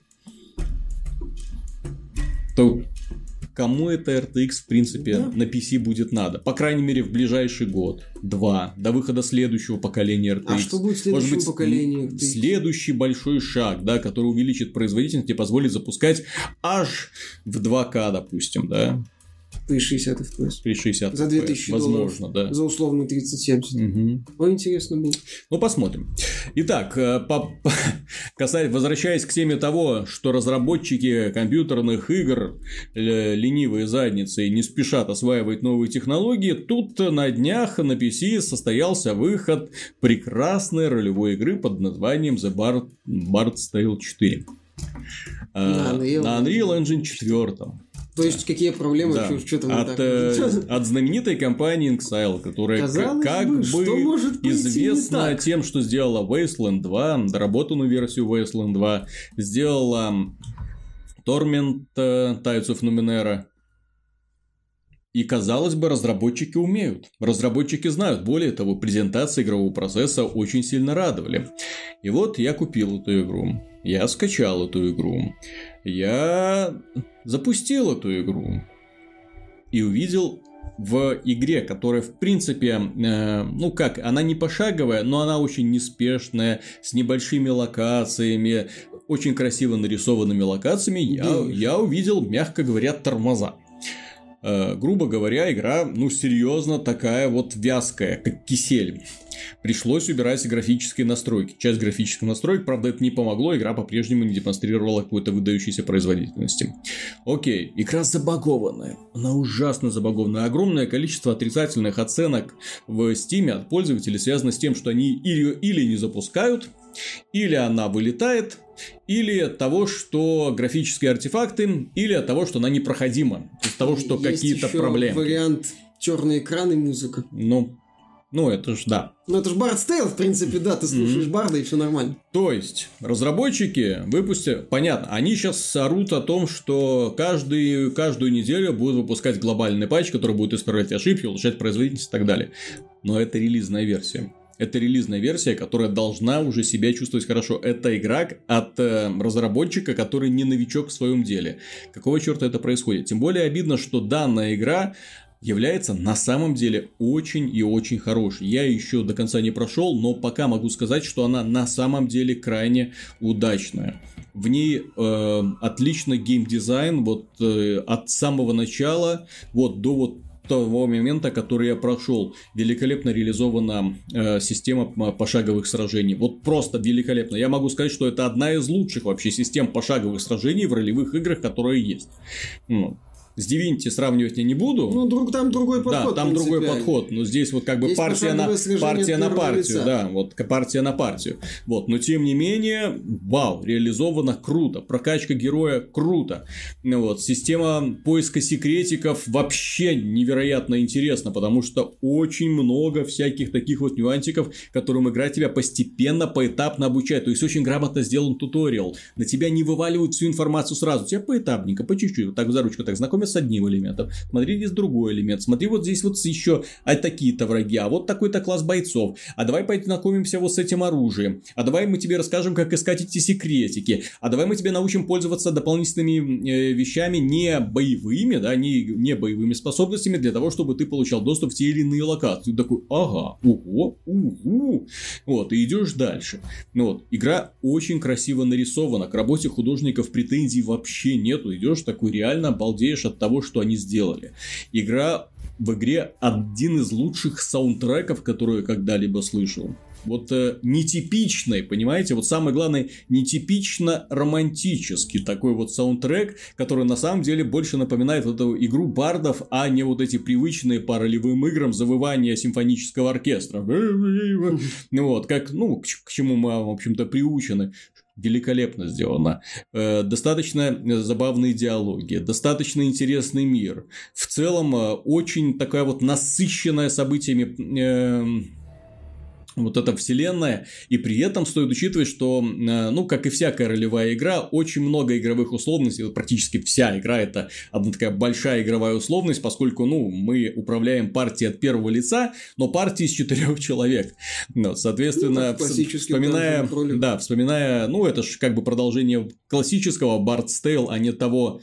то кому это эр ти экс в принципе да. на пи си будет надо? По крайней мере в ближайший год, два, до выхода следующего поколения эр ти экс. А что будет в следующем Может быть, поколении эр ти экс? Следующий большой шаг, да, который увеличит производительность и позволит запускать аж в два ка, допустим, да. При шестьдесят эф пи эс. При шестьдесят За две тысячи долларов. Возможно, да. За условно тридцать семьдесят. Угу. Ой, интересно будет. Ну, посмотрим. Итак, по... касаясь, возвращаясь к теме того, что разработчики компьютерных игр ленивые задницы и не спешат осваивать новые технологии, тут на днях на пи си состоялся выход прекрасной ролевой игры под названием The Bard... Bard's Tale четыре. На Unreal, на Unreal Engine четыре. То есть, какие проблемы? Да. Что, что там от, так? э, от знаменитой компании Inxile, которая Казалось как бы, бы известна тем, что сделала Wasteland два, доработанную версию Wasteland два, сделала Torment Tides of Numenera. И, казалось бы, разработчики умеют. Разработчики знают. Более того, презентации игрового процесса очень сильно радовали. И вот я купил эту игру. Я скачал эту игру. Я запустил эту игру. И увидел в игре, которая, в принципе, э, ну как, она не пошаговая, но она очень неспешная, с небольшими локациями, очень красиво нарисованными локациями. Я, я увидел, мягко говоря, тормоза. Э, грубо говоря, игра, ну, серьезно такая вот вязкая, как кисель. Пришлось убирать графические настройки. Часть графических настроек, правда, это не помогло, игра по-прежнему не демонстрировала какой-то выдающейся производительности. Окей, игра забагованная. Она ужасно забагованная. Огромное количество отрицательных оценок в Steam от пользователей связано с тем, что они ее или не запускают, или она вылетает, или от того, что графические артефакты, или от того, что она непроходима. Из того, что Есть какие-то еще проблемы. Вариант черный экран и музыка. Ну, ну, это ж да. Ну, это ж Bard's Tale, в принципе, да, ты слушаешь mm-hmm. Барда, и все нормально. То есть, разработчики выпустили... Понятно, они сейчас орут о том, что каждый, каждую неделю будут выпускать глобальный патч, который будет исправлять ошибки, улучшать производительность и так далее. Но это релизная версия. Это релизная версия, которая должна уже себя чувствовать хорошо. Это игра от э, разработчика, который не новичок в своем деле. Какого черта это происходит? Тем более обидно, что данная игра является на самом деле очень и очень хорошей. Я еще до конца не прошел, но пока могу сказать, что она на самом деле крайне удачная. В ней э, отличный геймдизайн вот, э, от самого начала вот, до вот того момента, который я прошел. Великолепно реализована э, система пошаговых сражений. Вот просто великолепно. Я могу сказать, что это одна из лучших вообще систем пошаговых сражений в ролевых играх, которые есть. Ну, с Divinity сравнивать я не буду. Ну, друг, там другой подход. Да, там другой подход. Но здесь вот как бы есть партия на, партия на партию. Лица. Да, вот партия на партию. Вот. Но тем не менее, вау, реализовано круто. Прокачка героя круто. Вот. Система поиска секретиков вообще невероятно интересна, потому что очень много всяких таких вот нюансиков, которым игра тебя постепенно, поэтапно обучает. То есть, очень грамотно сделан туториал. На тебя не вываливают всю информацию сразу. Тебя поэтапненько, по чуть-чуть, вот так за ручку так знакомятся с одним элементом, смотри здесь другой элемент, смотри вот здесь вот еще а такие-то враги, а вот такой-то класс бойцов, а давай познакомимся вот с этим оружием, а давай мы тебе расскажем, как искать эти секретики, а давай мы тебе научим пользоваться дополнительными э, вещами не боевыми, да, не, не боевыми способностями для того, чтобы ты получал доступ в те или иные локации. Ты такой, ага, ого, угу, вот, и идешь дальше. Ну вот, игра очень красиво нарисована, к работе художников претензий вообще нету, идешь такой, реально обалдеешь от того, что они сделали. Игра, в игре один из лучших саундтреков, которые я когда-либо слышал. Вот э, нетипичный, понимаете, вот самое главное, нетипично романтический такой вот саундтрек, который на самом деле больше напоминает вот эту игру бардов, а не вот эти привычные по ролевым играм завывания симфонического оркестра. Вот, как, ну, к чему мы, в общем-то, приучены. Великолепно сделано. Э, достаточно забавные диалоги, достаточно интересный мир. В целом, э, очень такая вот насыщенная событиями э, вот эта вселенная, и при этом стоит учитывать, что, ну, как и всякая ролевая игра, очень много игровых условностей, практически вся игра это одна такая большая игровая условность, поскольку, ну, мы управляем партией от первого лица, но партией из четырех человек. Ну, соответственно, ну, вспоминая, да, вспоминая, ну, это же как бы продолжение классического Bard's Tale, а не того,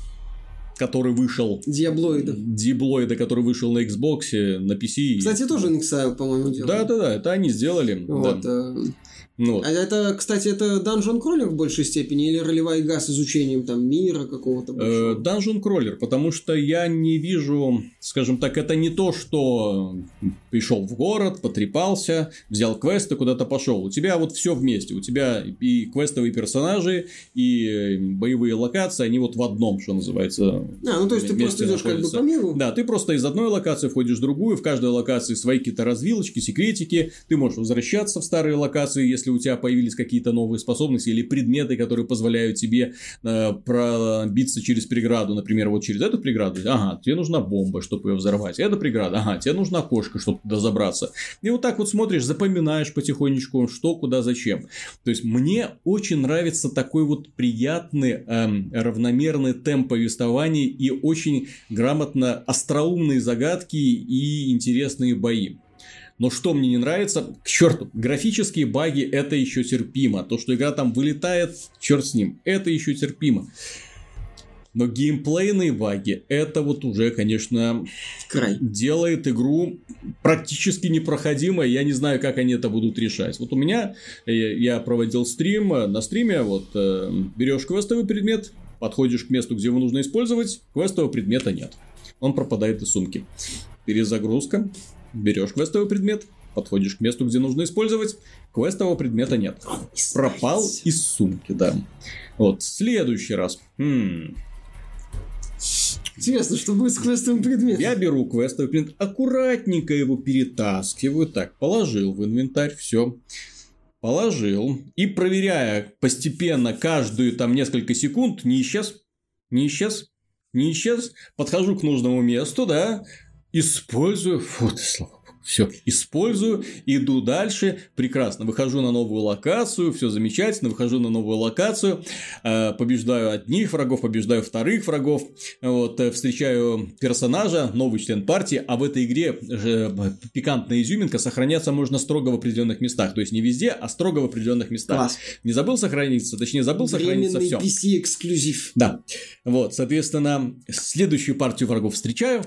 который вышел... Диаблоида. Диаблоида, который вышел на Xbox, на пи си. Кстати, и... тоже Nexile, по-моему, делали. Да-да-да, это они сделали. Вот, да. а... Ну, вот. А это, кстати, это Dungeon Crawler в большей степени или ролевая игра с изучением там мира какого-то большого? Dungeon Crawler, потому что я не вижу, скажем так, это не то, что пришел в город, потрепался, взял квест и куда-то пошел. У тебя вот все вместе. У тебя и квестовые персонажи, и боевые локации, они вот в одном, что называется. А, ну то есть ты просто идешь как бы по миру? Да, ты просто из одной локации входишь в другую, в каждой локации свои какие-то развилочки, секретики, ты можешь возвращаться в старые локации, если у тебя появились какие-то новые способности или предметы, которые позволяют тебе э, пробиться через преграду, например, вот через эту преграду, ага, тебе нужна бомба, чтобы ее взорвать, эта преграда, ага, тебе нужна кошка, чтобы туда забраться. И вот так вот смотришь, запоминаешь потихонечку, что, куда, зачем. То есть, мне очень нравится такой вот приятный, эм, равномерный темп повествования и очень грамотно остроумные загадки и интересные бои. Но что мне не нравится, к черту, графические баги это еще терпимо. То, что игра там вылетает, черт с ним, это еще терпимо. Но геймплейные баги, это вот уже, конечно, край. Делает игру практически непроходимой. Я не знаю, как они это будут решать. Вот у меня, я проводил стрим, на стриме вот берешь квестовый предмет, подходишь к месту, где его нужно использовать, квестового предмета нет. Он пропадает из сумки. Перезагрузка. Берешь квестовый предмет, подходишь к месту, где нужно использовать, квестового предмета нет. Пропал из сумки, да. Вот, следующий раз. М-м. Интересно, что будет с квестовым предметом? Я беру квестовый предмет, аккуратненько его перетаскиваю, так, положил в инвентарь, все. Положил. И проверяя постепенно каждую там несколько секунд, не исчез, не исчез, не исчез, подхожу к нужному месту, да, использую, фу ты, слава богу, все, использую, иду дальше, прекрасно, выхожу на новую локацию, все замечательно, выхожу на новую локацию, побеждаю одних врагов, побеждаю вторых врагов, вот, встречаю персонажа, новый член партии, а в этой игре же пикантная изюминка, сохраняться можно строго в определенных местах, то есть не везде, а строго в определенных местах. Класс. Не забыл сохраниться, точнее забыл сохраниться, все. Временный пи си-эксклюзив. Да, вот, соответственно, следующую партию врагов встречаю,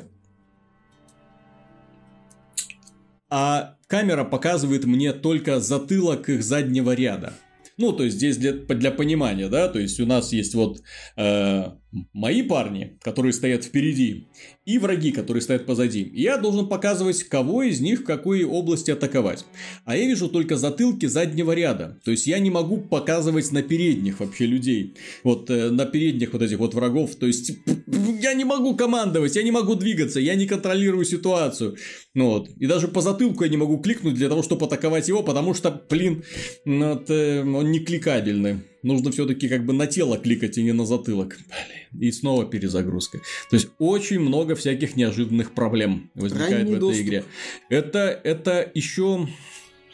а камера показывает мне только затылок их заднего ряда. Ну, то есть, здесь для, для понимания, да, то есть, у нас есть вот э, мои парни, которые стоят впереди, и враги, которые стоят позади. И я должен показывать, кого из них в какой области атаковать. А я вижу только затылки заднего ряда. То есть, я не могу показывать на передних вообще людей. Вот э, на передних вот этих вот врагов. То есть, я не могу командовать, я не могу двигаться, я не контролирую ситуацию. Ну, вот. И даже по затылку я не могу кликнуть для того, чтобы атаковать его, потому что, блин, ну, вот, э, он не кликабельный. Нужно все-таки как бы на тело кликать, и не на затылок. Блин. И снова перезагрузка. То есть, очень много всяких неожиданных проблем возникает Ранний в этой доступ. игре. Это, это еще...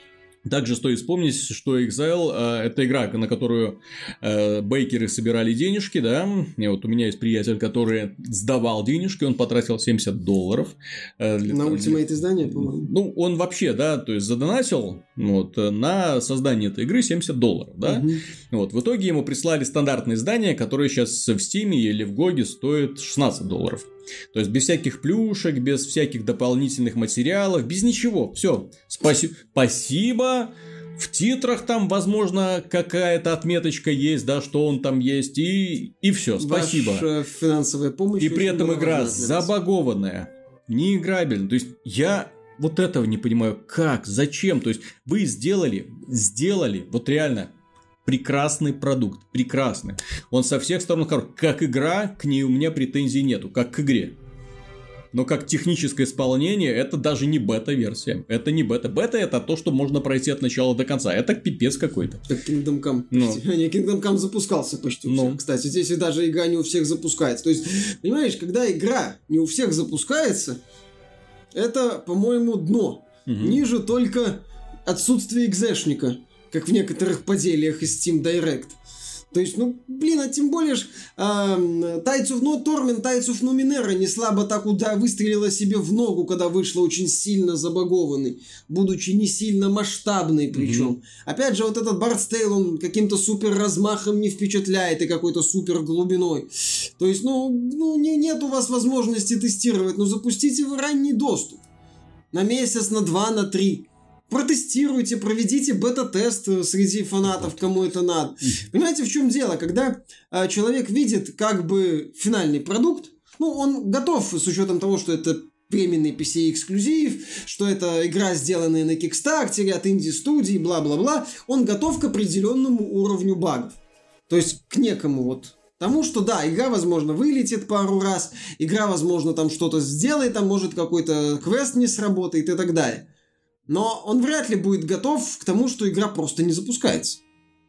Также стоит вспомнить, что Exile э, – это игра, на которую э, бейкеры собирали денежки, да, и вот у меня есть приятель, который сдавал денежки, он потратил семьдесят долларов. Э, для, на Ultimate для... издание, по-моему. Ну, он вообще, да, то есть задонатил вот, на создание этой игры семьдесят долларов, да, угу. Вот, в итоге ему прислали стандартное издание, которое сейчас в Steam или в Гоге стоит шестнадцать долларов. То есть без всяких плюшек, без всяких дополнительных материалов, без ничего. Все. Спаси... Спасибо. В титрах там, возможно, какая-то отметочка есть, да, что он там есть. И, и все. Спасибо. Ваша финансовая помощь. И при этом игра забагованная, неиграбельная. То есть я вот этого не понимаю. Как? Зачем? То есть вы сделали, сделали, вот реально. Прекрасный продукт, прекрасный. Он со всех сторон хорош. Как игра, к ней у меня претензий нету, как к игре. Но как техническое исполнение, это даже не бета-версия. Это не бета. Бета это то, что можно пройти от начала до конца. Это пипец какой-то. Как Kingdom Come. Ну. Не, Kingdom Come запускался почти у всех. Ну. Кстати, здесь и даже игра не у всех запускается. То есть, понимаешь, когда игра не у всех запускается, это, по-моему, дно. Угу. Ниже только отсутствие экзешника. Как в некоторых поделиях из Steam Direct. То есть, ну, блин, а тем более ж э, Tides of No Torment, Tides of Numenera не слабо так уда выстрелила себе в ногу, когда вышла очень сильно забагованный, будучи не сильно масштабный причем. Mm-hmm. Опять же, вот этот Bard's Tale, он каким-то супер размахом не впечатляет и какой-то супер глубиной. То есть, ну, ну не, нет у вас возможности тестировать, но запустите вы ранний доступ. На месяц, на два, на три. Протестируйте, проведите бета-тест среди фанатов, кому это надо. Понимаете, в чем дело? Когда э, человек видит как бы финальный продукт, ну, он готов, с учетом того, что это временный пи си-эксклюзив, что это игра, сделанная на Кикстартере от инди-студии, бла-бла-бла, он готов к определенному уровню багов. То есть к некому вот тому, что да, игра, возможно, вылетит пару раз, игра, возможно, там что-то сделает, там может какой-то квест не сработает и так далее. Но он вряд ли будет готов к тому, что игра просто не запускается.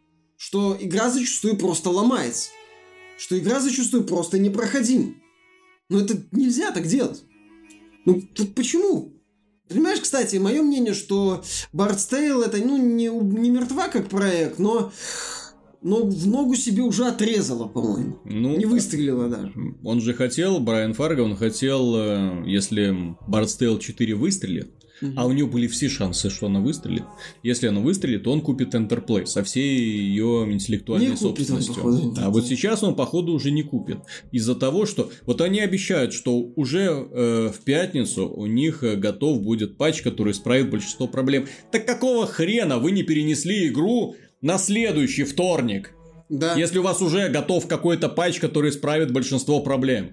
Что игра зачастую просто ломается. Что игра зачастую просто непроходима. Но это нельзя так делать. Ну, тут почему? Понимаешь, кстати, мое мнение, что Bard's Tale это, ну, не, не мертва как проект, но... Но в ногу себе уже отрезала, по-моему. Ну, не выстрелила даже. Он же хотел, Брайан Фарго, он хотел, если Bard's Tale четыре выстрелит, Uh-huh. а у него были все шансы, что она выстрелит. Если она выстрелит, то он купит Enterplay со всей ее интеллектуальной не собственностью. Он, походу, а вот сейчас он, походу, уже не купит. Из-за того, что... Вот они обещают, что уже э, в пятницу у них готов будет патч, который исправит большинство проблем. Так какого хрена вы не перенесли игру на следующий вторник? Да. Если у вас уже готов какой-то патч, который исправит большинство проблем.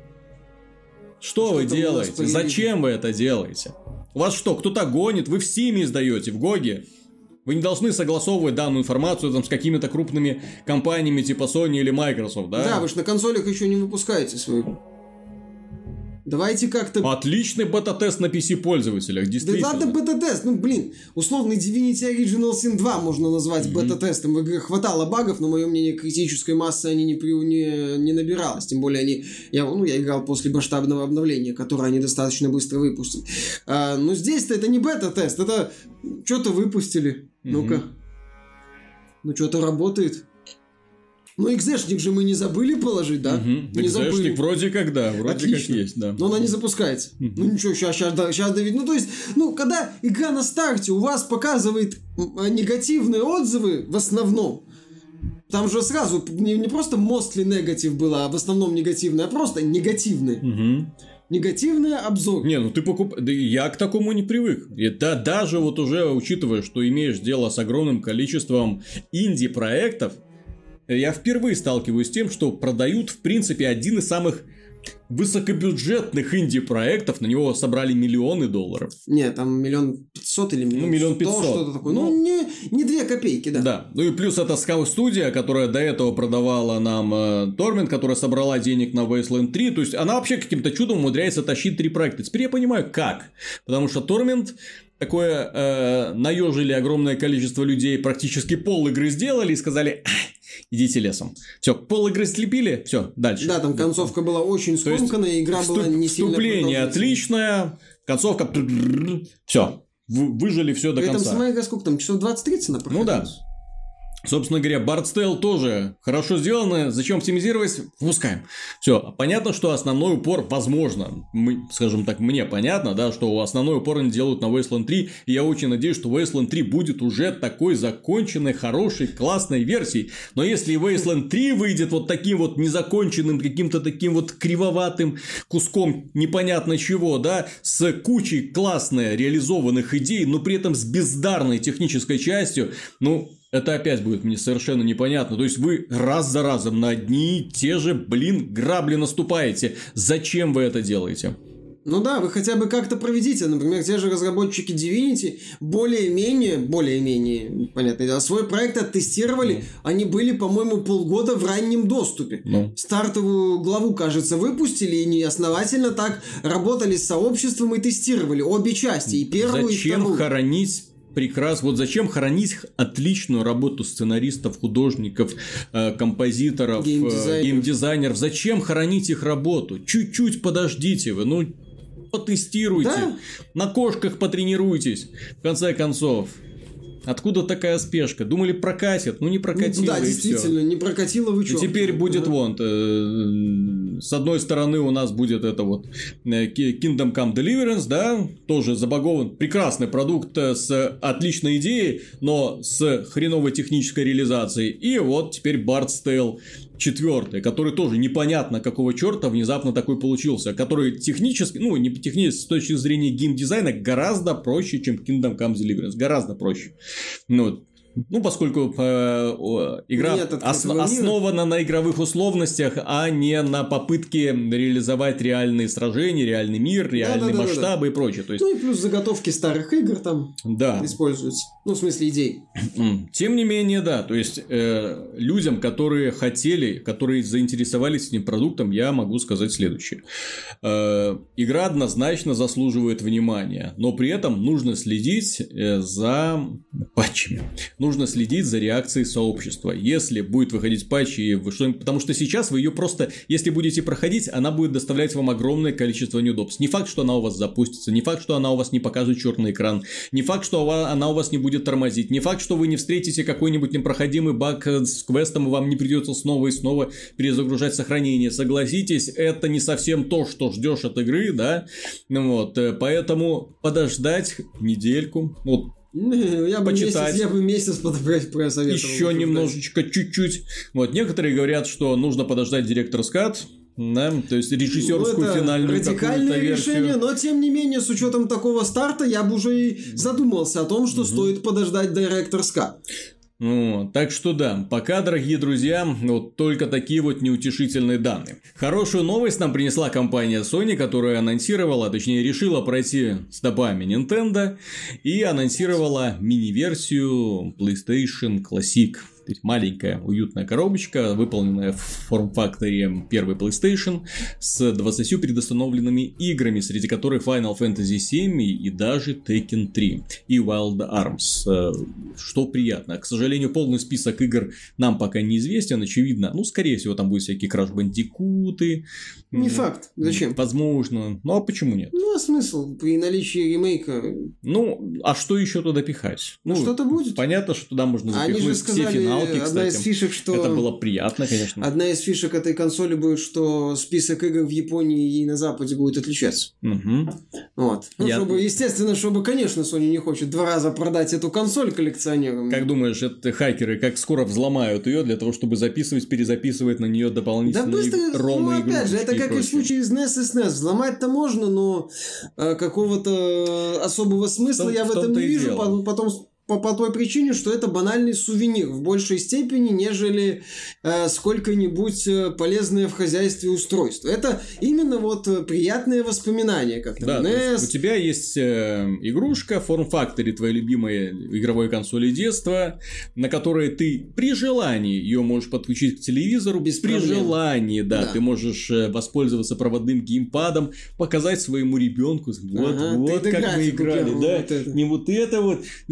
Что, что вы делаете? Зачем вы это делаете? У вас что, кто-то гонит? Вы в Steam издаете, в Гоге? Вы не должны согласовывать данную информацию там, с какими-то крупными компаниями типа Sony или Microsoft, да? Да, вы же на консолях еще не выпускаете свою. Давайте как-то... Отличный бета-тест на пи си-пользователях, действительно. Да ладно бета-тест, ну блин, условный Divinity Original Sin два можно назвать mm-hmm. бета-тестом. В игре хватало багов, но, мое мнение, критической массы они не, не, не набиралось. Тем более они... Я, ну, я играл после масштабного обновления, которое они достаточно быстро выпустили. А, но здесь-то это не бета-тест, это что-то выпустили. Mm-hmm. Ну-ка. Ну, что-то работает. Ну, экзешник же мы не забыли положить, да? Угу. Не экзешник вроде как, да, вроде Отлично. Как есть, да. Но она не запускается. Угу. Ну, ничего, сейчас, сейчас, сейчас давить. Ну, то есть, ну, когда игра на старте у вас показывает негативные отзывы в основном, там же сразу не, не просто mostly негатив было, а в основном негативное, а просто негативное. Угу. Негативный обзор. Не, ну ты покуп... Да я к такому не привык. Это даже вот уже учитывая, что имеешь дело с огромным количеством инди-проектов, я впервые сталкиваюсь с тем, что продают, в принципе, один из самых высокобюджетных инди-проектов. На него собрали миллионы долларов. Нет, там миллион пятьсот или миллион, ну, миллион пятьсот. Что-то такое. Ну, ну не, не две копейки, да. Да. Ну и плюс это Scout-студия, которая до этого продавала нам э, Torment, которая собрала денег на Wasteland три. То есть она вообще каким-то чудом умудряется тащить три проекта. Теперь я понимаю, как. Потому что Torment... Такое э, наежили огромное количество людей, практически пол игры сделали и сказали, идите лесом. Все, пол игры слепили, все, дальше. Да, там концовка была очень скомканная, игра вступ, была не сильно вступление отличное, концовка, все. выжили все до При этом конца. сама игра сколько там, часов двадцать-тридцать она проходила? Ну да. Собственно говоря, Bard's Tale тоже хорошо сделано. Зачем оптимизировать? Выпускаем. Все. Понятно, что основной упор, возможно, мы, скажем так, мне понятно, да, что основной упор они делают на Wasteland три. И я очень надеюсь, что Wasteland три будет уже такой законченной, хорошей, классной версией. Но если Wasteland три выйдет вот таким вот незаконченным, каким-то таким вот кривоватым куском непонятно чего, да, с кучей классных реализованных идей, но при этом с бездарной технической частью, ну... это опять будет мне совершенно непонятно. То есть, вы раз за разом на одни и те же, блин, грабли наступаете. Зачем вы это делаете? Ну да, вы хотя бы как-то проведите. Например, те же разработчики Divinity более-менее, более-менее, понятное дело, свой проект оттестировали. Mm. Они были, по-моему, полгода в раннем доступе. Mm. Стартовую главу, кажется, выпустили и неосновательно так работали с сообществом и тестировали обе части, и первую, Зачем и вторую. хоронить... Прекрасно. Вот зачем хоронить отличную работу сценаристов, художников, композиторов, геймдизайнеров. геймдизайнеров? Зачем хоронить их работу? Чуть-чуть подождите вы, ну потестируйте, да. на кошках потренируйтесь. В конце концов. Откуда такая спешка? Думали, прокатит, ну не прокатило. Да, и действительно, всё. не прокатило, вы чё? И теперь будет да. вон, э, с одной стороны у нас будет это вот Kingdom Come Deliverance, да, тоже забагован, прекрасный продукт с отличной идеей, но с хреновой технической реализацией. И вот теперь Bard's Tale четвертый, который тоже непонятно какого черта внезапно такой получился, который технически, ну не технически, с точки зрения геймдизайна гораздо проще, чем Kingdom Come Deliverance, гораздо проще. Ну, ну поскольку э, игра ос- основана на игровых условностях, а не на попытке реализовать реальные сражения, реальный мир, реальные да, да, масштабы да, да. и прочее. То есть... Ну и плюс заготовки старых игр там да. используются. Ну, в смысле идей. Тем не менее, да, то есть э, людям, которые хотели, которые заинтересовались этим продуктом, я могу сказать следующее. Э, игра однозначно заслуживает внимания, но при этом нужно следить э, за патчами. Нужно следить за реакцией сообщества. Если будет выходить патч, и вы что-нибудь... потому что сейчас вы ее просто, если будете проходить, она будет доставлять вам огромное количество неудобств. Не факт, что она у вас запустится, не факт, что она у вас не покажет черный экран, не факт, что она у вас не будет тормозить, не факт, что вы не встретите какой-нибудь непроходимый баг с квестом, и вам не придется снова и снова перезагружать сохранение. Согласитесь, это не совсем то, что ждешь от игры, да? Вот, поэтому подождать недельку, вот. Я бы, месяц, я бы месяц посоветовал. Еще немножечко, чуть-чуть. Вот, некоторые говорят, что нужно подождать Director's Cut. Да, то есть режиссерскую ну, финальную радикальное решение, но тем не менее, с учетом такого старта, я бы уже и задумался о том, что угу. стоит подождать Director's Cut. Ну, так что да, пока, дорогие друзья, вот только такие вот неутешительные данные. Хорошую новость нам принесла компания Sony, которая анонсировала, точнее решила пройти стопами Nintendo и анонсировала мини-версию PlayStation Classic. То есть маленькая уютная коробочка, выполненная в форм-факторе первой PlayStation, с двадцатью предустановленными играми, среди которых Final Fantasy семь и даже Tekken три и Wild Arms. Что приятно. К сожалению, полный список игр нам пока неизвестен, очевидно. Ну, скорее всего, там будут всякие Crash Bandicoot. Не факт. Зачем? Возможно. Ну, а почему нет? Ну, а смысл при наличии ремейка? Ну, а что еще туда пихать? Ну, что-то будет. Понятно, что туда можно запихнуть Они же сказали, все финалки, одна кстати. из фишек, что... Это было приятно, конечно. Одна из фишек этой консоли будет, что список игр в Японии и на Западе будет отличаться. Угу. Вот. Ну, Я... чтобы, естественно, чтобы, конечно, Sony не хочет два раза продать эту консоль коллекционерам. Как думаешь, это хакеры как скоро взломают ее для того, чтобы записывать, перезаписывать на нее дополнительные да быстро, ромы, ну, опять же, это и как прочее. и в случае с эн и эс и эс эн и эс. Взломать-то можно, но э, какого-то особого смысла том, я в этом не вижу. Дело. Потом... По, по той причине, что это банальный сувенир в большей степени, нежели э, сколько-нибудь полезное в хозяйстве устройство. Это именно вот приятные воспоминания, как да, эн и эс. У тебя есть э, игрушка в форм-факторе твоей любимой игровой консоли детства, на которой ты при желании ее можешь подключить к телевизору. Без при проблем. желании, да, да. Ты можешь воспользоваться проводным геймпадом, показать своему ребенку, вот, ага, вот как мы играли, да, вот не вот это вот, это вот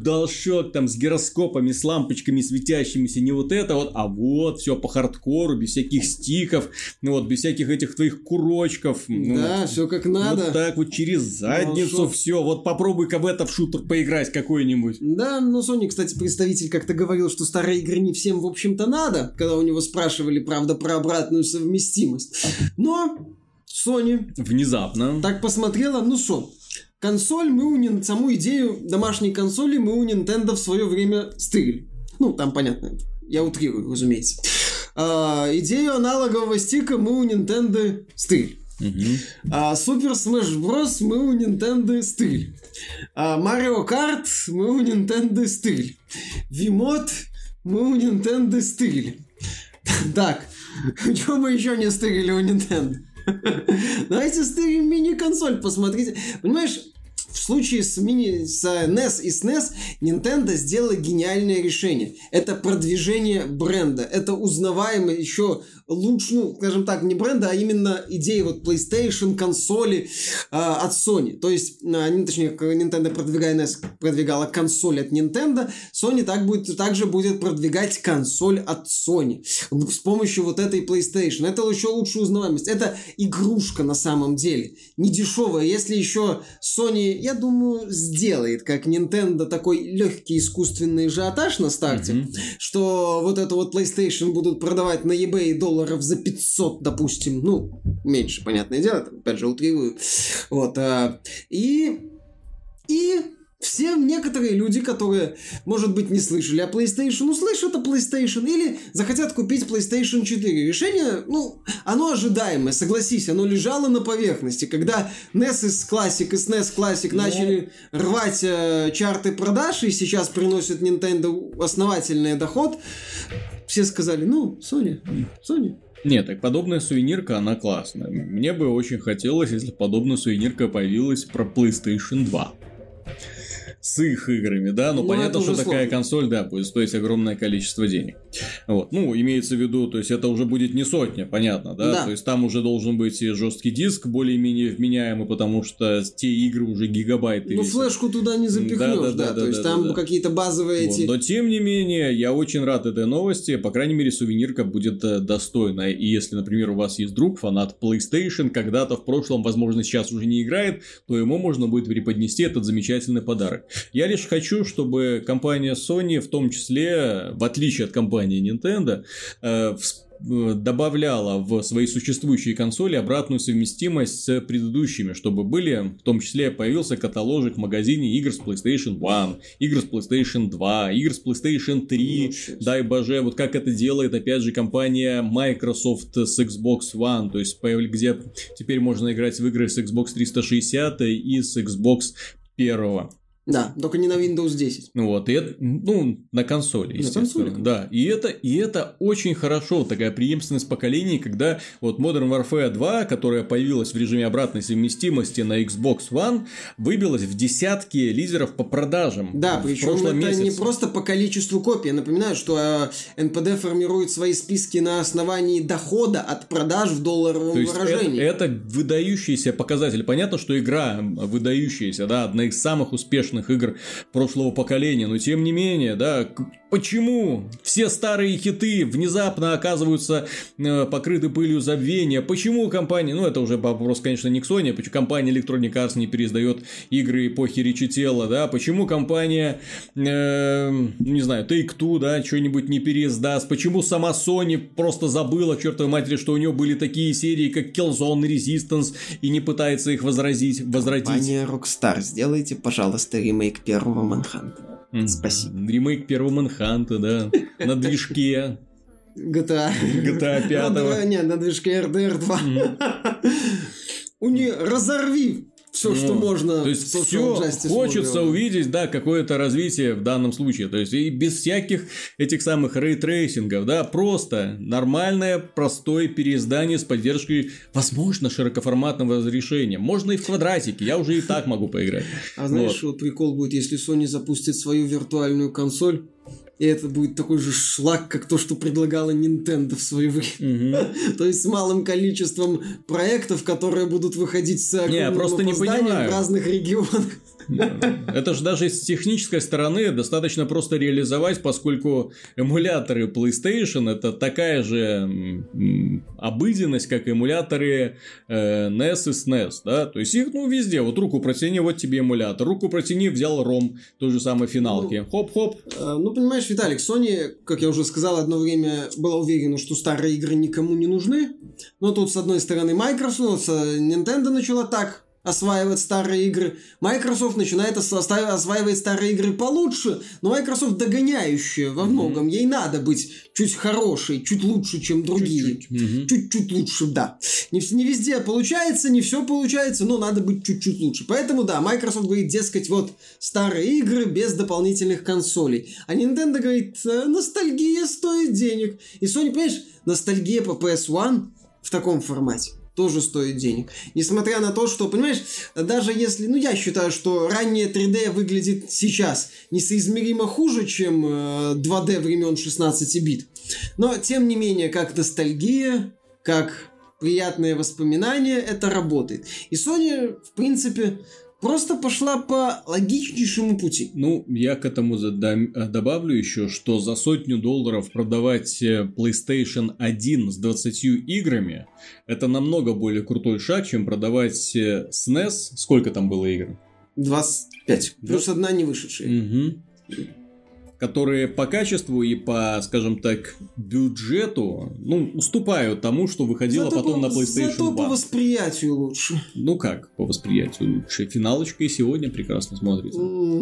DualShock там с гироскопами, с лампочками светящимися, не вот это вот, а вот все по хардкору, без всяких стиков, ну вот, без всяких этих твоих курочков. Ну, да, вот, все как надо. Вот так вот через задницу DualShock. все. Вот попробуй-ка в это в шутер поиграть какой-нибудь. Да, но Sony, кстати, представитель как-то говорил, что старые игры не всем, в общем-то, надо, когда у него спрашивали, правда, про обратную совместимость. Но Sony Внезапно. так посмотрела, ну что, консоль мы у Нин... саму идею домашней консоли мы у Nintendo в свое время стырили. Ну, там понятно, я утрирую, разумеется. А, идею аналогового стика мы у Nintendo стырили. Угу. А Super Smash Bros. Мы у Nintendo стырили. А Mario Kart мы у Nintendo стырили. Wiimote мы у Nintendo стырили. Так, что мы еще не стырили у Nintendo? Давайте стырим мини-консоль, посмотрите. Понимаешь, в случае с, мини, с эн и эс и с эн и эс Nintendo сделала гениальное решение. Это продвижение бренда. Это узнаваемое еще лучше, ну, скажем так, не бренда, а именно идеи вот PlayStation, консоли э, от Sony. То есть, э, точнее, Nintendo, продвигая эн и эс, продвигала консоль от Nintendo, Sony так будет, также будет продвигать консоль от Sony. С помощью вот этой PlayStation. Это еще лучшая узнаваемость. Это игрушка на самом деле. Не дешевая. Если еще Sony, я думаю, сделает, как Nintendo, такой легкий искусственный ажиотаж на старте, mm-hmm. что вот эту вот PlayStation будут продавать на eBay долларов за пятьсот, допустим, ну, меньше, понятное дело, опять же, утрирую. Вот, а, и, и все некоторые люди, которые, может быть, не слышали о PlayStation, услышат о PlayStation или захотят купить PlayStation четыре. Решение, ну, оно ожидаемое, согласись, оно лежало на поверхности. Когда эн и эс Classic и эс эн и эс Classic Но... начали рвать э, чарты продаж и сейчас приносят Nintendo основательный доход, все сказали, ну, Sony, Sony. Нет, так подобная сувенирка, она классная. Мне бы очень хотелось, если подобная сувенирка появилась про PlayStation два. С их играми, да, но ну, понятно, что такая сложно. Консоль, да, будет стоить огромное количество денег. Вот, ну, имеется в виду, то есть это уже будет не сотня, понятно, да, да. То есть там уже должен быть и жесткий диск более-менее вменяемый, потому что те игры уже гигабайты. Ну, флешку туда не запихнешь, да, да, да, да, то да, есть да, там да, какие-то базовые вот. Эти... Но тем не менее, я очень рад этой новости, по крайней мере, сувенирка будет достойна. И если, например, у вас есть друг, фанат PlayStation, когда-то в прошлом, возможно, сейчас уже не играет, то ему можно будет преподнести этот замечательный подарок. Я лишь хочу, чтобы компания Sony, в том числе, в отличие от компании Nintendo, э, добавляла в свои существующие консоли обратную совместимость с предыдущими, чтобы были, в том числе, появился каталожик в магазине игр с PlayStation один, игр с PlayStation два, игр с PlayStation три, дай боже, вот как это делает, опять же, компания Microsoft с Xbox One, то есть, где теперь можно играть в игры с Xbox триста шестьдесят и с Xbox первого. Да, только не на Windows десять. Вот, и это, ну, на консоли, естественно. На консоли. Да, и это, и это очень хорошо, такая преемственность поколений, когда вот Modern Warfare два, которая появилась в режиме обратной совместимости на Xbox One, выбилась в десятки лидеров по продажам. Да, причем это месяце. Не просто по количеству копий. Я напоминаю, что эн пи ди формирует свои списки на основании дохода от продаж в долларовом То есть выражении. Это, это выдающийся показатель. Понятно, что игра выдающаяся, да, одна из самых успешных игр прошлого поколения, но тем не менее, да, почему все старые хиты внезапно оказываются э, покрыты пылью забвения? Почему компания, ну это уже вопрос, конечно, не к Sony, почему компания Electronic Arts не переиздает игры эпохи Ричи Тела, да, почему компания, э, не знаю, Take-Two, да, что-нибудь не переиздаст, почему сама Sony просто забыла, к чертовой матери, что у нее были такие серии, как Killzone, Resistance, и не пытается их возразить, возродить. Компания Rockstar, сделайте, пожалуйста, ремейк первого Манханта. Mm. Спасибо. Ремейк первого Манханта, да, на движке джи ти эй. джи ти эй пять. Не, на движке эр ди ар два. У нее разорви все, что можно. То есть все хочется увидеть, да, какое-то развитие в данном случае. То есть и без всяких этих самых рейтрейсингов, да, просто нормальное, простое переиздание с поддержкой, возможно, широкоформатного разрешения. Можно и в квадратике, я уже и так могу поиграть. А знаешь, вот прикол будет, если Sony запустит свою виртуальную консоль, и это будет такой же шлак, как то, что предлагала Nintendo в свое время. Угу. То есть с малым количеством проектов, которые будут выходить с огромным опозданием в разных регионах. Это же даже с технической стороны достаточно просто реализовать, поскольку эмуляторы PlayStation это такая же обыденность, как эмуляторы э, эн и эс и эс эн и эс, да, то есть их, ну, везде, вот руку протяни, вот тебе эмулятор, руку протяни, взял ром, той же самой финалки, хоп-хоп. Ну, ну, понимаешь, Виталик, Sony, как я уже сказал, одно время была уверена, что старые игры никому не нужны, но тут, с одной стороны, Microsoft, Nintendo начала так осваивать старые игры, Microsoft начинает осваивать старые игры получше, но Microsoft догоняющая во многом, mm-hmm. ей надо быть чуть хорошей, чуть лучше, чем другие. Чуть-чуть, mm-hmm. чуть-чуть лучше, да. Не, не везде получается, не все получается, но надо быть чуть-чуть лучше. Поэтому, да, Microsoft говорит, дескать, вот старые игры без дополнительных консолей. А Nintendo говорит, ностальгия стоит денег. И Sony, понимаешь, ностальгия по пи эс один в таком формате тоже стоит денег. Несмотря на то, что, понимаешь, даже если... Ну, я считаю, что раннее три дэ выглядит сейчас несоизмеримо хуже, чем э, два дэ времен шестнадцати бит. Но, тем не менее, как ностальгия, как приятные воспоминания, это работает. И Sony, в принципе... просто пошла по логичнейшему пути. Ну, я к этому добавлю еще, что за сотню долларов продавать PlayStation один с двадцатью играми это намного более крутой шаг, чем продавать эс эн и эс. Сколько там было игр? двадцать пять. Плюс да? одна не вышедшая. Угу. Которые по качеству и по, скажем так, бюджету, ну, уступают тому, что выходило зато потом по, на PlayStation зато два. По восприятию лучше. Ну как по восприятию лучше? Финалочка и сегодня прекрасно смотрится.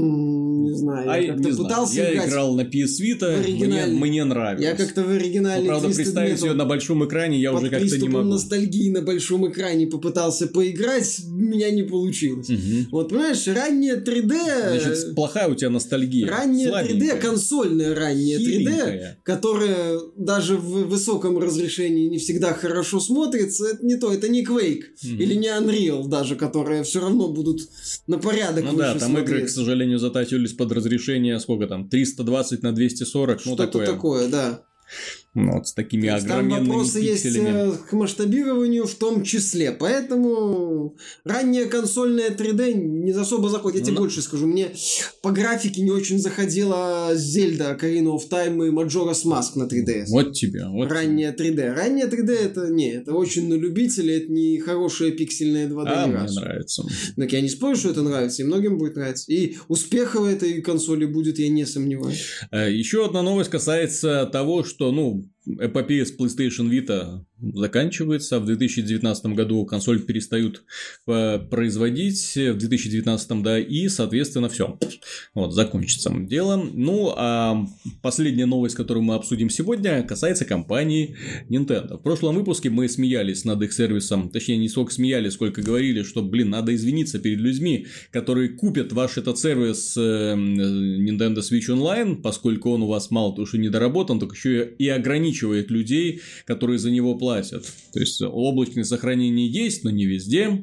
Mm, не знаю, а я как-то не пытался знаю. Я играть играл на пи эс Vita, мне, мне нравилось. Я как-то в оригинальный Но, правда, представить ее на большом экране я уже как-то не могу. Ностальгии на большом экране попытался поиграть, у меня не получилось. Угу. Вот, понимаешь, раннее три дэ... Значит, плохая у тебя ностальгия. Раннее три дэ, консольное раннее три дэ, которое даже в высоком разрешении не всегда хорошо смотрится, это не то, это не Quake mm-hmm. или не Unreal даже, которые все равно будут на порядок ну выше да, там смотреться. Игры, к сожалению, затачивались под разрешение, сколько там, триста двадцать на двести сорок, ну что-то такое. такое, да. Ну, вот с такими огроменными там вопросы пикселями. Есть к масштабированию в том числе. Поэтому раннее консольное три дэ не особо заходит. Я тебе ну, больше скажу. Мне по графике не очень заходила Zelda Ocarina of Time и Majora's Mask на три дэ эс. Вот тебе. Вот раннее три дэ. Раннее три дэ это не, это очень на любителя, это не хорошее пиксельное два дэ. А, ни мне разу. нравится. Так я не спорю, что это нравится, и многим будет нравиться. И успеха в этой консоли будет, я не сомневаюсь. Еще одна новость касается того, что, ну, эпопея с PlayStation Vita заканчивается. В две тысячи девятнадцатом году консоль перестают производить. В две тысячи девятнадцатом, да, и, соответственно, все. Вот, закончится дело. Ну, а последняя новость, которую мы обсудим сегодня, касается компании Nintendo. В прошлом выпуске мы смеялись над их сервисом. Точнее, не сколько смеялись, сколько говорили, что, блин, надо извиниться перед людьми, которые купят ваш этот сервис Nintendo Switch Online, поскольку он у вас мало того, что недоработан, так еще и ограничен людей, которые за него платят. То есть облачное сохранение есть, но не везде.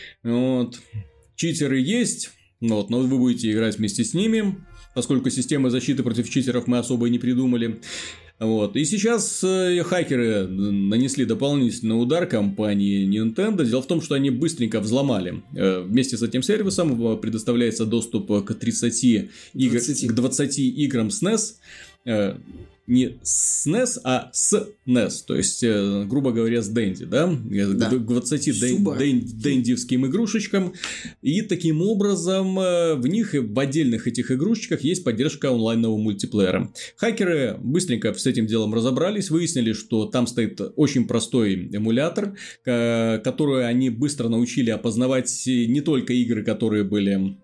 Вот. Читеры есть, вот, но вы будете играть вместе с ними, поскольку системы защиты против читеров мы особо и не придумали. Вот. И сейчас э, хакеры нанесли дополнительный удар компании Nintendo. Дело в том, что они быстренько взломали. Э, вместе с этим сервисом предоставляется доступ к тридцати игр, к двадцати играм эс эн и эс. Э, не с эн и эс, а с эн и эс, то есть, э, грубо говоря, с Dendy, да, да. К двадцати дендиевским игрушечкам, и таким образом э, в них, в отдельных этих игрушечках есть поддержка онлайнового мультиплеера. Хакеры быстренько с этим делом разобрались, выяснили, что там стоит очень простой эмулятор, к- который они быстро научили опознавать не только игры, которые были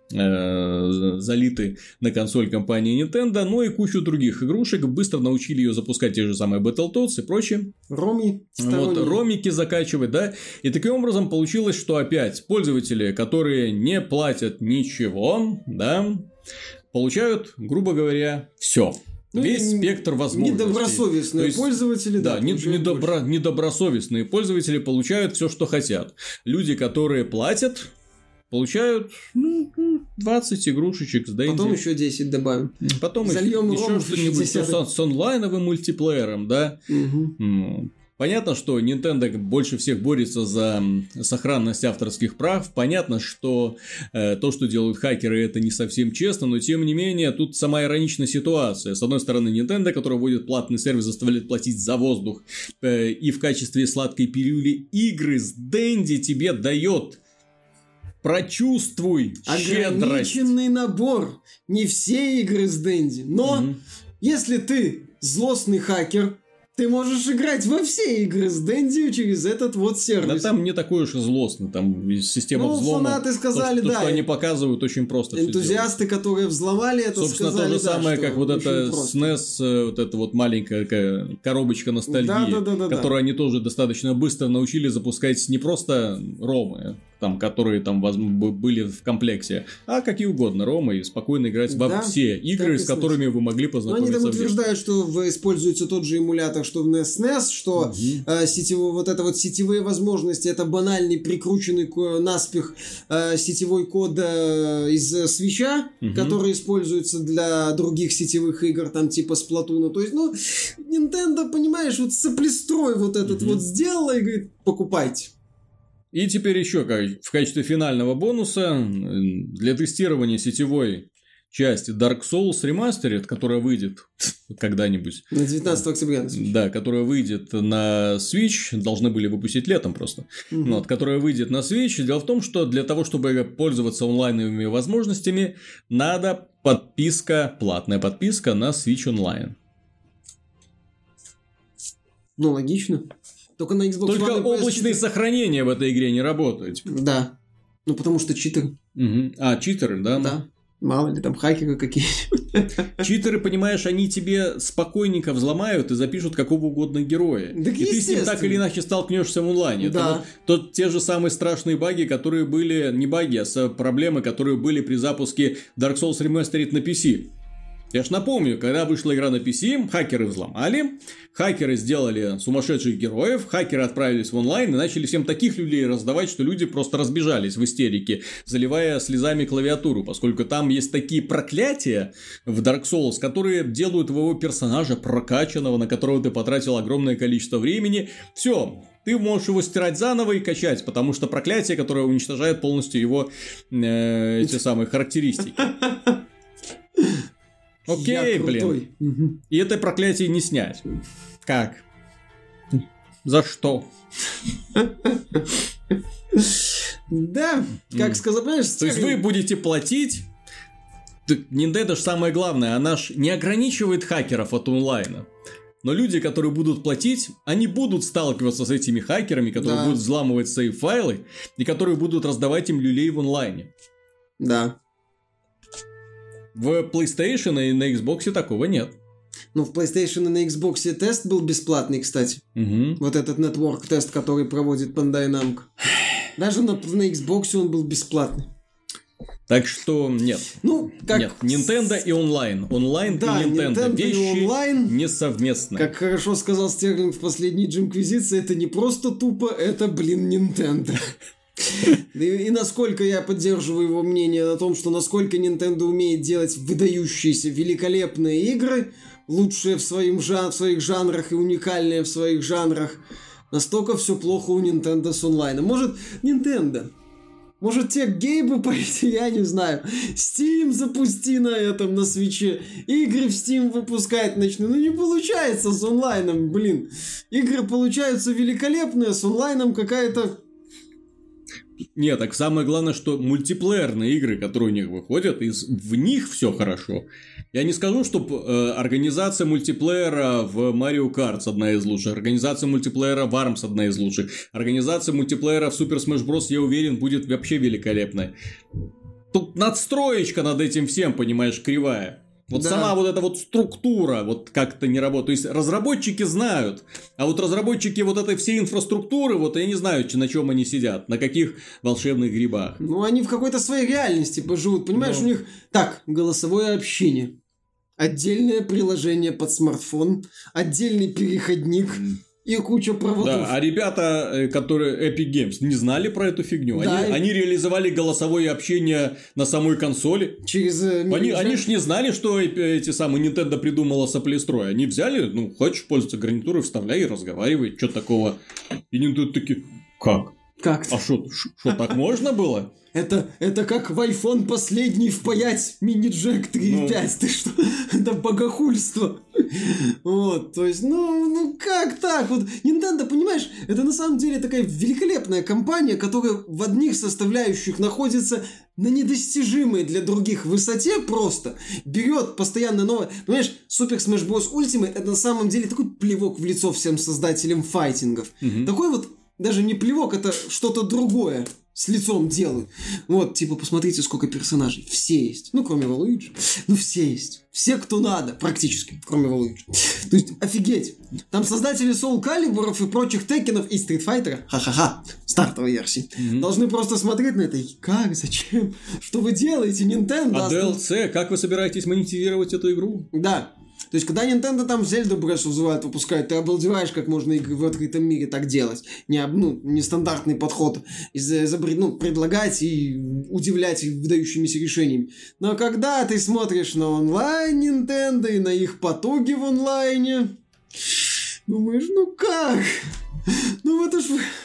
э, залиты на консоль компании Nintendo, но и кучу других игрушек, быстро научили ее запускать те же самые Battletoads и прочее. Роми. Вот, ромики закачивать, да. И таким образом получилось, что опять пользователи, которые не платят ничего, да, получают, грубо говоря, все. Ну, весь спектр возможностей. Недобросовестные есть, пользователи, да. Да, недобро, недобросовестные пользователи получают все, что хотят. Люди, которые платят, получают ну, двадцать игрушечек с Dendy. Потом еще десять добавим. Потом зальем еще что-нибудь с, с онлайновым мультиплеером, да. Угу. Понятно, что Nintendo больше всех борется за сохранность авторских прав. Понятно, что э, то, что делают хакеры, это не совсем честно. Но, тем не менее, тут сама ироничная ситуация. С одной стороны, Nintendo, которая вводит платный сервис, заставляет платить за воздух. Э, и в качестве сладкой пилюли игры с Денди тебе дает... Прочувствуй щедрость. Ограниченный набор. Не все игры с Денди. Но mm-hmm. если ты злостный хакер, ты можешь играть во все игры с Денди через этот вот сервис. Да там не такой уж и злостный. Там система ну, взлома. фанаты сказали, то, да. То, что они показывают, очень просто. Энтузиасты, которые взломали это, собственно, сказали, то же да, самое, как вот это просто. эс эн и эс, вот эта вот маленькая коробочка ностальгии, да, да, да, да, которую да. они тоже достаточно быстро научили запускать не просто ромы, там, которые там были в комплекте, а какие угодно ромы, и спокойно играть во да, все игры, с которыми вы могли познакомиться. Но они там утверждают, что используется тот же эмулятор, что в эн и эс эн и эс, что угу. э, сетевой, вот это вот сетевые возможности, это банальный прикрученный наспех э, сетевой код э, из свитча, угу. который используется для других сетевых игр, там типа Splatoon. То есть, ну, Nintendo, понимаешь, вот соплестрой вот этот угу. вот сделала и говорит, покупайте. И теперь еще как, в качестве финального бонуса для тестирования сетевой части Dark Souls Remastered, которая выйдет когда-нибудь. На девятнадцатого октября. Да, которая выйдет на Switch, должны были выпустить летом просто, угу. вот, которая выйдет на Switch. Дело в том, что для того, чтобы пользоваться онлайновыми возможностями, надо подписка, платная подписка на Switch Online. Ну, логично. Только на Xbox Только One облачные сохранения в этой игре не работают. Да. Ну, потому что читеры. Угу. А, читеры, да? Да. Мало ли, там хакеры какие-нибудь. Читеры, понимаешь, они тебе спокойненько взломают и запишут какого угодно героя. Так и ты с ним так или иначе столкнешься в онлайне. Да. Это вот, то, те же самые страшные баги, которые были... Не баги, а проблемы, которые были при запуске Dark Souls Remastered на пи си. Я ж напомню, когда вышла игра на пи си, хакеры взломали, хакеры сделали сумасшедших героев, хакеры отправились в онлайн и начали всем таких людей раздавать, что люди просто разбежались в истерике, заливая слезами клавиатуру, поскольку там есть такие проклятия в Dark Souls, которые делают твоего персонажа прокачанного, на которого ты потратил огромное количество времени. Все. Ты можешь его стирать заново и качать, потому что проклятие, которое уничтожает полностью его э, эти самые характеристики. Окей, блин. Угу. И это проклятие не снять. Как? За что? Да, как сказал, понимаешь, то есть вы будете платить. Nintendo ж самое главное, она ж не ограничивает хакеров от онлайна. Но люди, которые будут платить, они будут сталкиваться с этими хакерами, которые да. будут взламывать сейф-файлы и которые будут раздавать им люлей в онлайне. Да. В PlayStation и на Xbox такого нет. Ну, в PlayStation и на Xbox тест был бесплатный, кстати. Угу. Вот этот network-тест, который проводит Bandai Namco. Даже на, на Xbox он был бесплатный. Так что нет. Ну, как... Нет, Nintendo и онлайн. Онлайн да, и Nintendo. Nintendo Вещи и онлайн, не совместны. Как хорошо сказал Стерлинг в последней Джимквизиции, это не просто тупо, это, блин, Nintendo. И, и насколько я поддерживаю его мнение о том, что насколько Nintendo умеет делать выдающиеся, великолепные игры, лучшие в, своим жан- в своих жанрах и уникальные в своих жанрах, настолько все плохо у Nintendo с онлайном. Может, Nintendo, может тебе к Гейбу пойти, я не знаю, Steam запусти на этом, на свитче, игры в Steam выпускать начну. Ну не получается с онлайном, блин. Игры получаются великолепные, с онлайном какая-то... Нет, так самое главное, что мультиплеерные игры, которые у них выходят, и в них все хорошо. Я не скажу, что э, организация мультиплеера в Mario Kart одна из лучших, организация мультиплеера в армс одна из лучших, организация мультиплеера в Super Smash Bros, я уверен, будет вообще великолепная. Тут надстроечка над этим всем, понимаешь, кривая. Вот да. Сама вот эта вот структура вот как-то не работает. То есть разработчики знают, а вот разработчики вот этой всей инфраструктуры, вот я не знаю, на чем они сидят, на каких волшебных грибах. Ну, они в какой-то своей реальности поживут, понимаешь, Но... у них так, голосовое общение, отдельное приложение под смартфон, отдельный переходник, и куча проводов. Да, а ребята, которые Epic Games, не знали про эту фигню. Да, они, и... они реализовали голосовое общение на самой консоли. Через... Они, они ж не знали, что эти самые Nintendo придумала соплестрой. Они взяли, ну, хочешь пользоваться гарнитурой, вставляй и разговаривай. Что такого? И Nintendo такие, как? Как? А что, так можно было? Это, это как в iPhone последний впаять мини-джек три и пять. Ну... Ты что? Это богохульство. Вот, то есть, ну, ну как так? Вот Nintendo, понимаешь, это на самом деле такая великолепная компания, которая в одних составляющих находится на недостижимой для других высоте просто. Берет постоянно новое. Понимаешь, Super Smash Bros. Ultimate это на самом деле такой плевок в лицо всем создателям файтингов. Угу. Такой вот, даже не плевок, это что-то другое. С лицом делают. Вот, типа, посмотрите, сколько персонажей. Все есть. Ну, кроме Валуиджи. Ну, все есть. Все, кто надо, практически, кроме Валуиджи. То есть, офигеть. Там создатели Soul Calibur и прочих Теккенов и Street Fighter, ха-ха-ха, стартовой версии, mm-hmm. должны просто смотреть на это. И как, зачем? Что вы делаете, Nintendo? А ди эл си, как вы собираетесь монетизировать эту игру? Да. То есть, когда Nintendo там Zelda Breath of the Wild выпускает, ты обалдеваешь, как можно игры в открытом мире так делать. Не, ну, нестандартный подход. Изобрет, ну, предлагать и удивлять выдающимися решениями. Но когда ты смотришь на онлайн Nintendo и на их потуги в онлайне, думаешь, ну как? Ну это ж...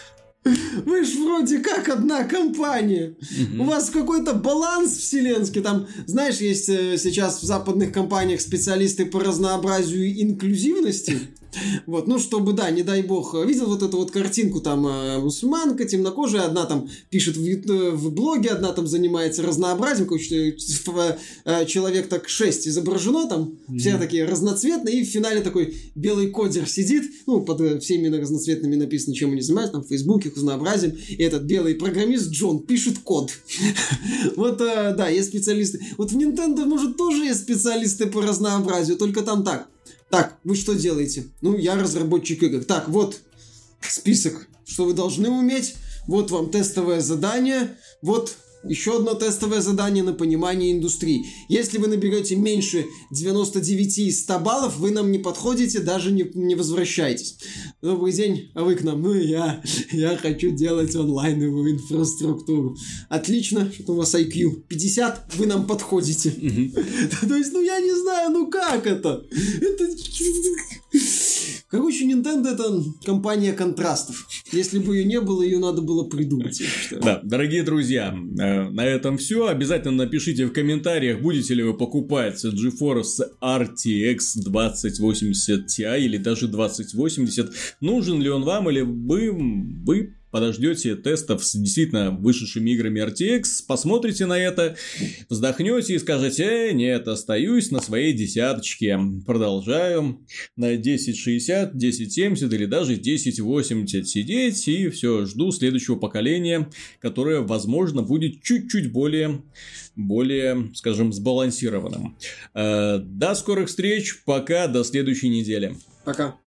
Вы ж вроде как одна компания. Mm-hmm. У вас какой-то баланс вселенский. Там, знаешь, есть э, сейчас в западных компаниях специалисты по разнообразию и инклюзивности. Вот, ну, чтобы, да, не дай бог. Видел вот эту вот картинку, там, э, мусульманка, темнокожая, одна там пишет в, в блоге, одна там занимается разнообразием, короче, э, человек так шесть изображено, там, mm-hmm. все такие разноцветные, и в финале такой белый кодер сидит, ну, под э, всеми разноцветными написано, чем они занимаются, там, в Фейсбуке, разнообразием, и этот белый программист Джон пишет код. Вот, да, есть специалисты. Вот в Nintendo, может, тоже есть специалисты по разнообразию, только там так. Так, вы что делаете? Ну, я разработчик игр. Так, вот список, что вы должны уметь. Вот вам тестовое задание. Вот еще одно тестовое задание на понимание индустрии. Если вы наберете меньше девяносто девять из ста баллов, вы нам не подходите, даже не, не возвращайтесь. Добрый день, а вы к нам? Ну, я, я хочу делать онлайновую инфраструктуру. Отлично, что у вас ай кью пятьдесят, вы нам подходите. Mm-hmm. То есть, ну, я не знаю, ну как это? Это... Короче, Nintendo это компания контрастов. Если бы ее не было, ее надо было придумать. Да, дорогие друзья, на этом все. Обязательно напишите в комментариях, будете ли вы покупать GeForce ар ти экс двадцать восемьдесят Ti или даже двадцать восемьдесят. Нужен ли он вам, или вы, вы подождете тестов с действительно вышедшими играми ар ти экс, посмотрите на это, вздохнете и скажете: э, нет, остаюсь на своей десяточке, продолжаю на десять шестьдесят, десять семьдесят или даже десять восемьдесят сидеть, и все, жду следующего поколения, которое, возможно, будет чуть-чуть более, более, скажем, сбалансированным. До скорых встреч, пока, до следующей недели. Пока.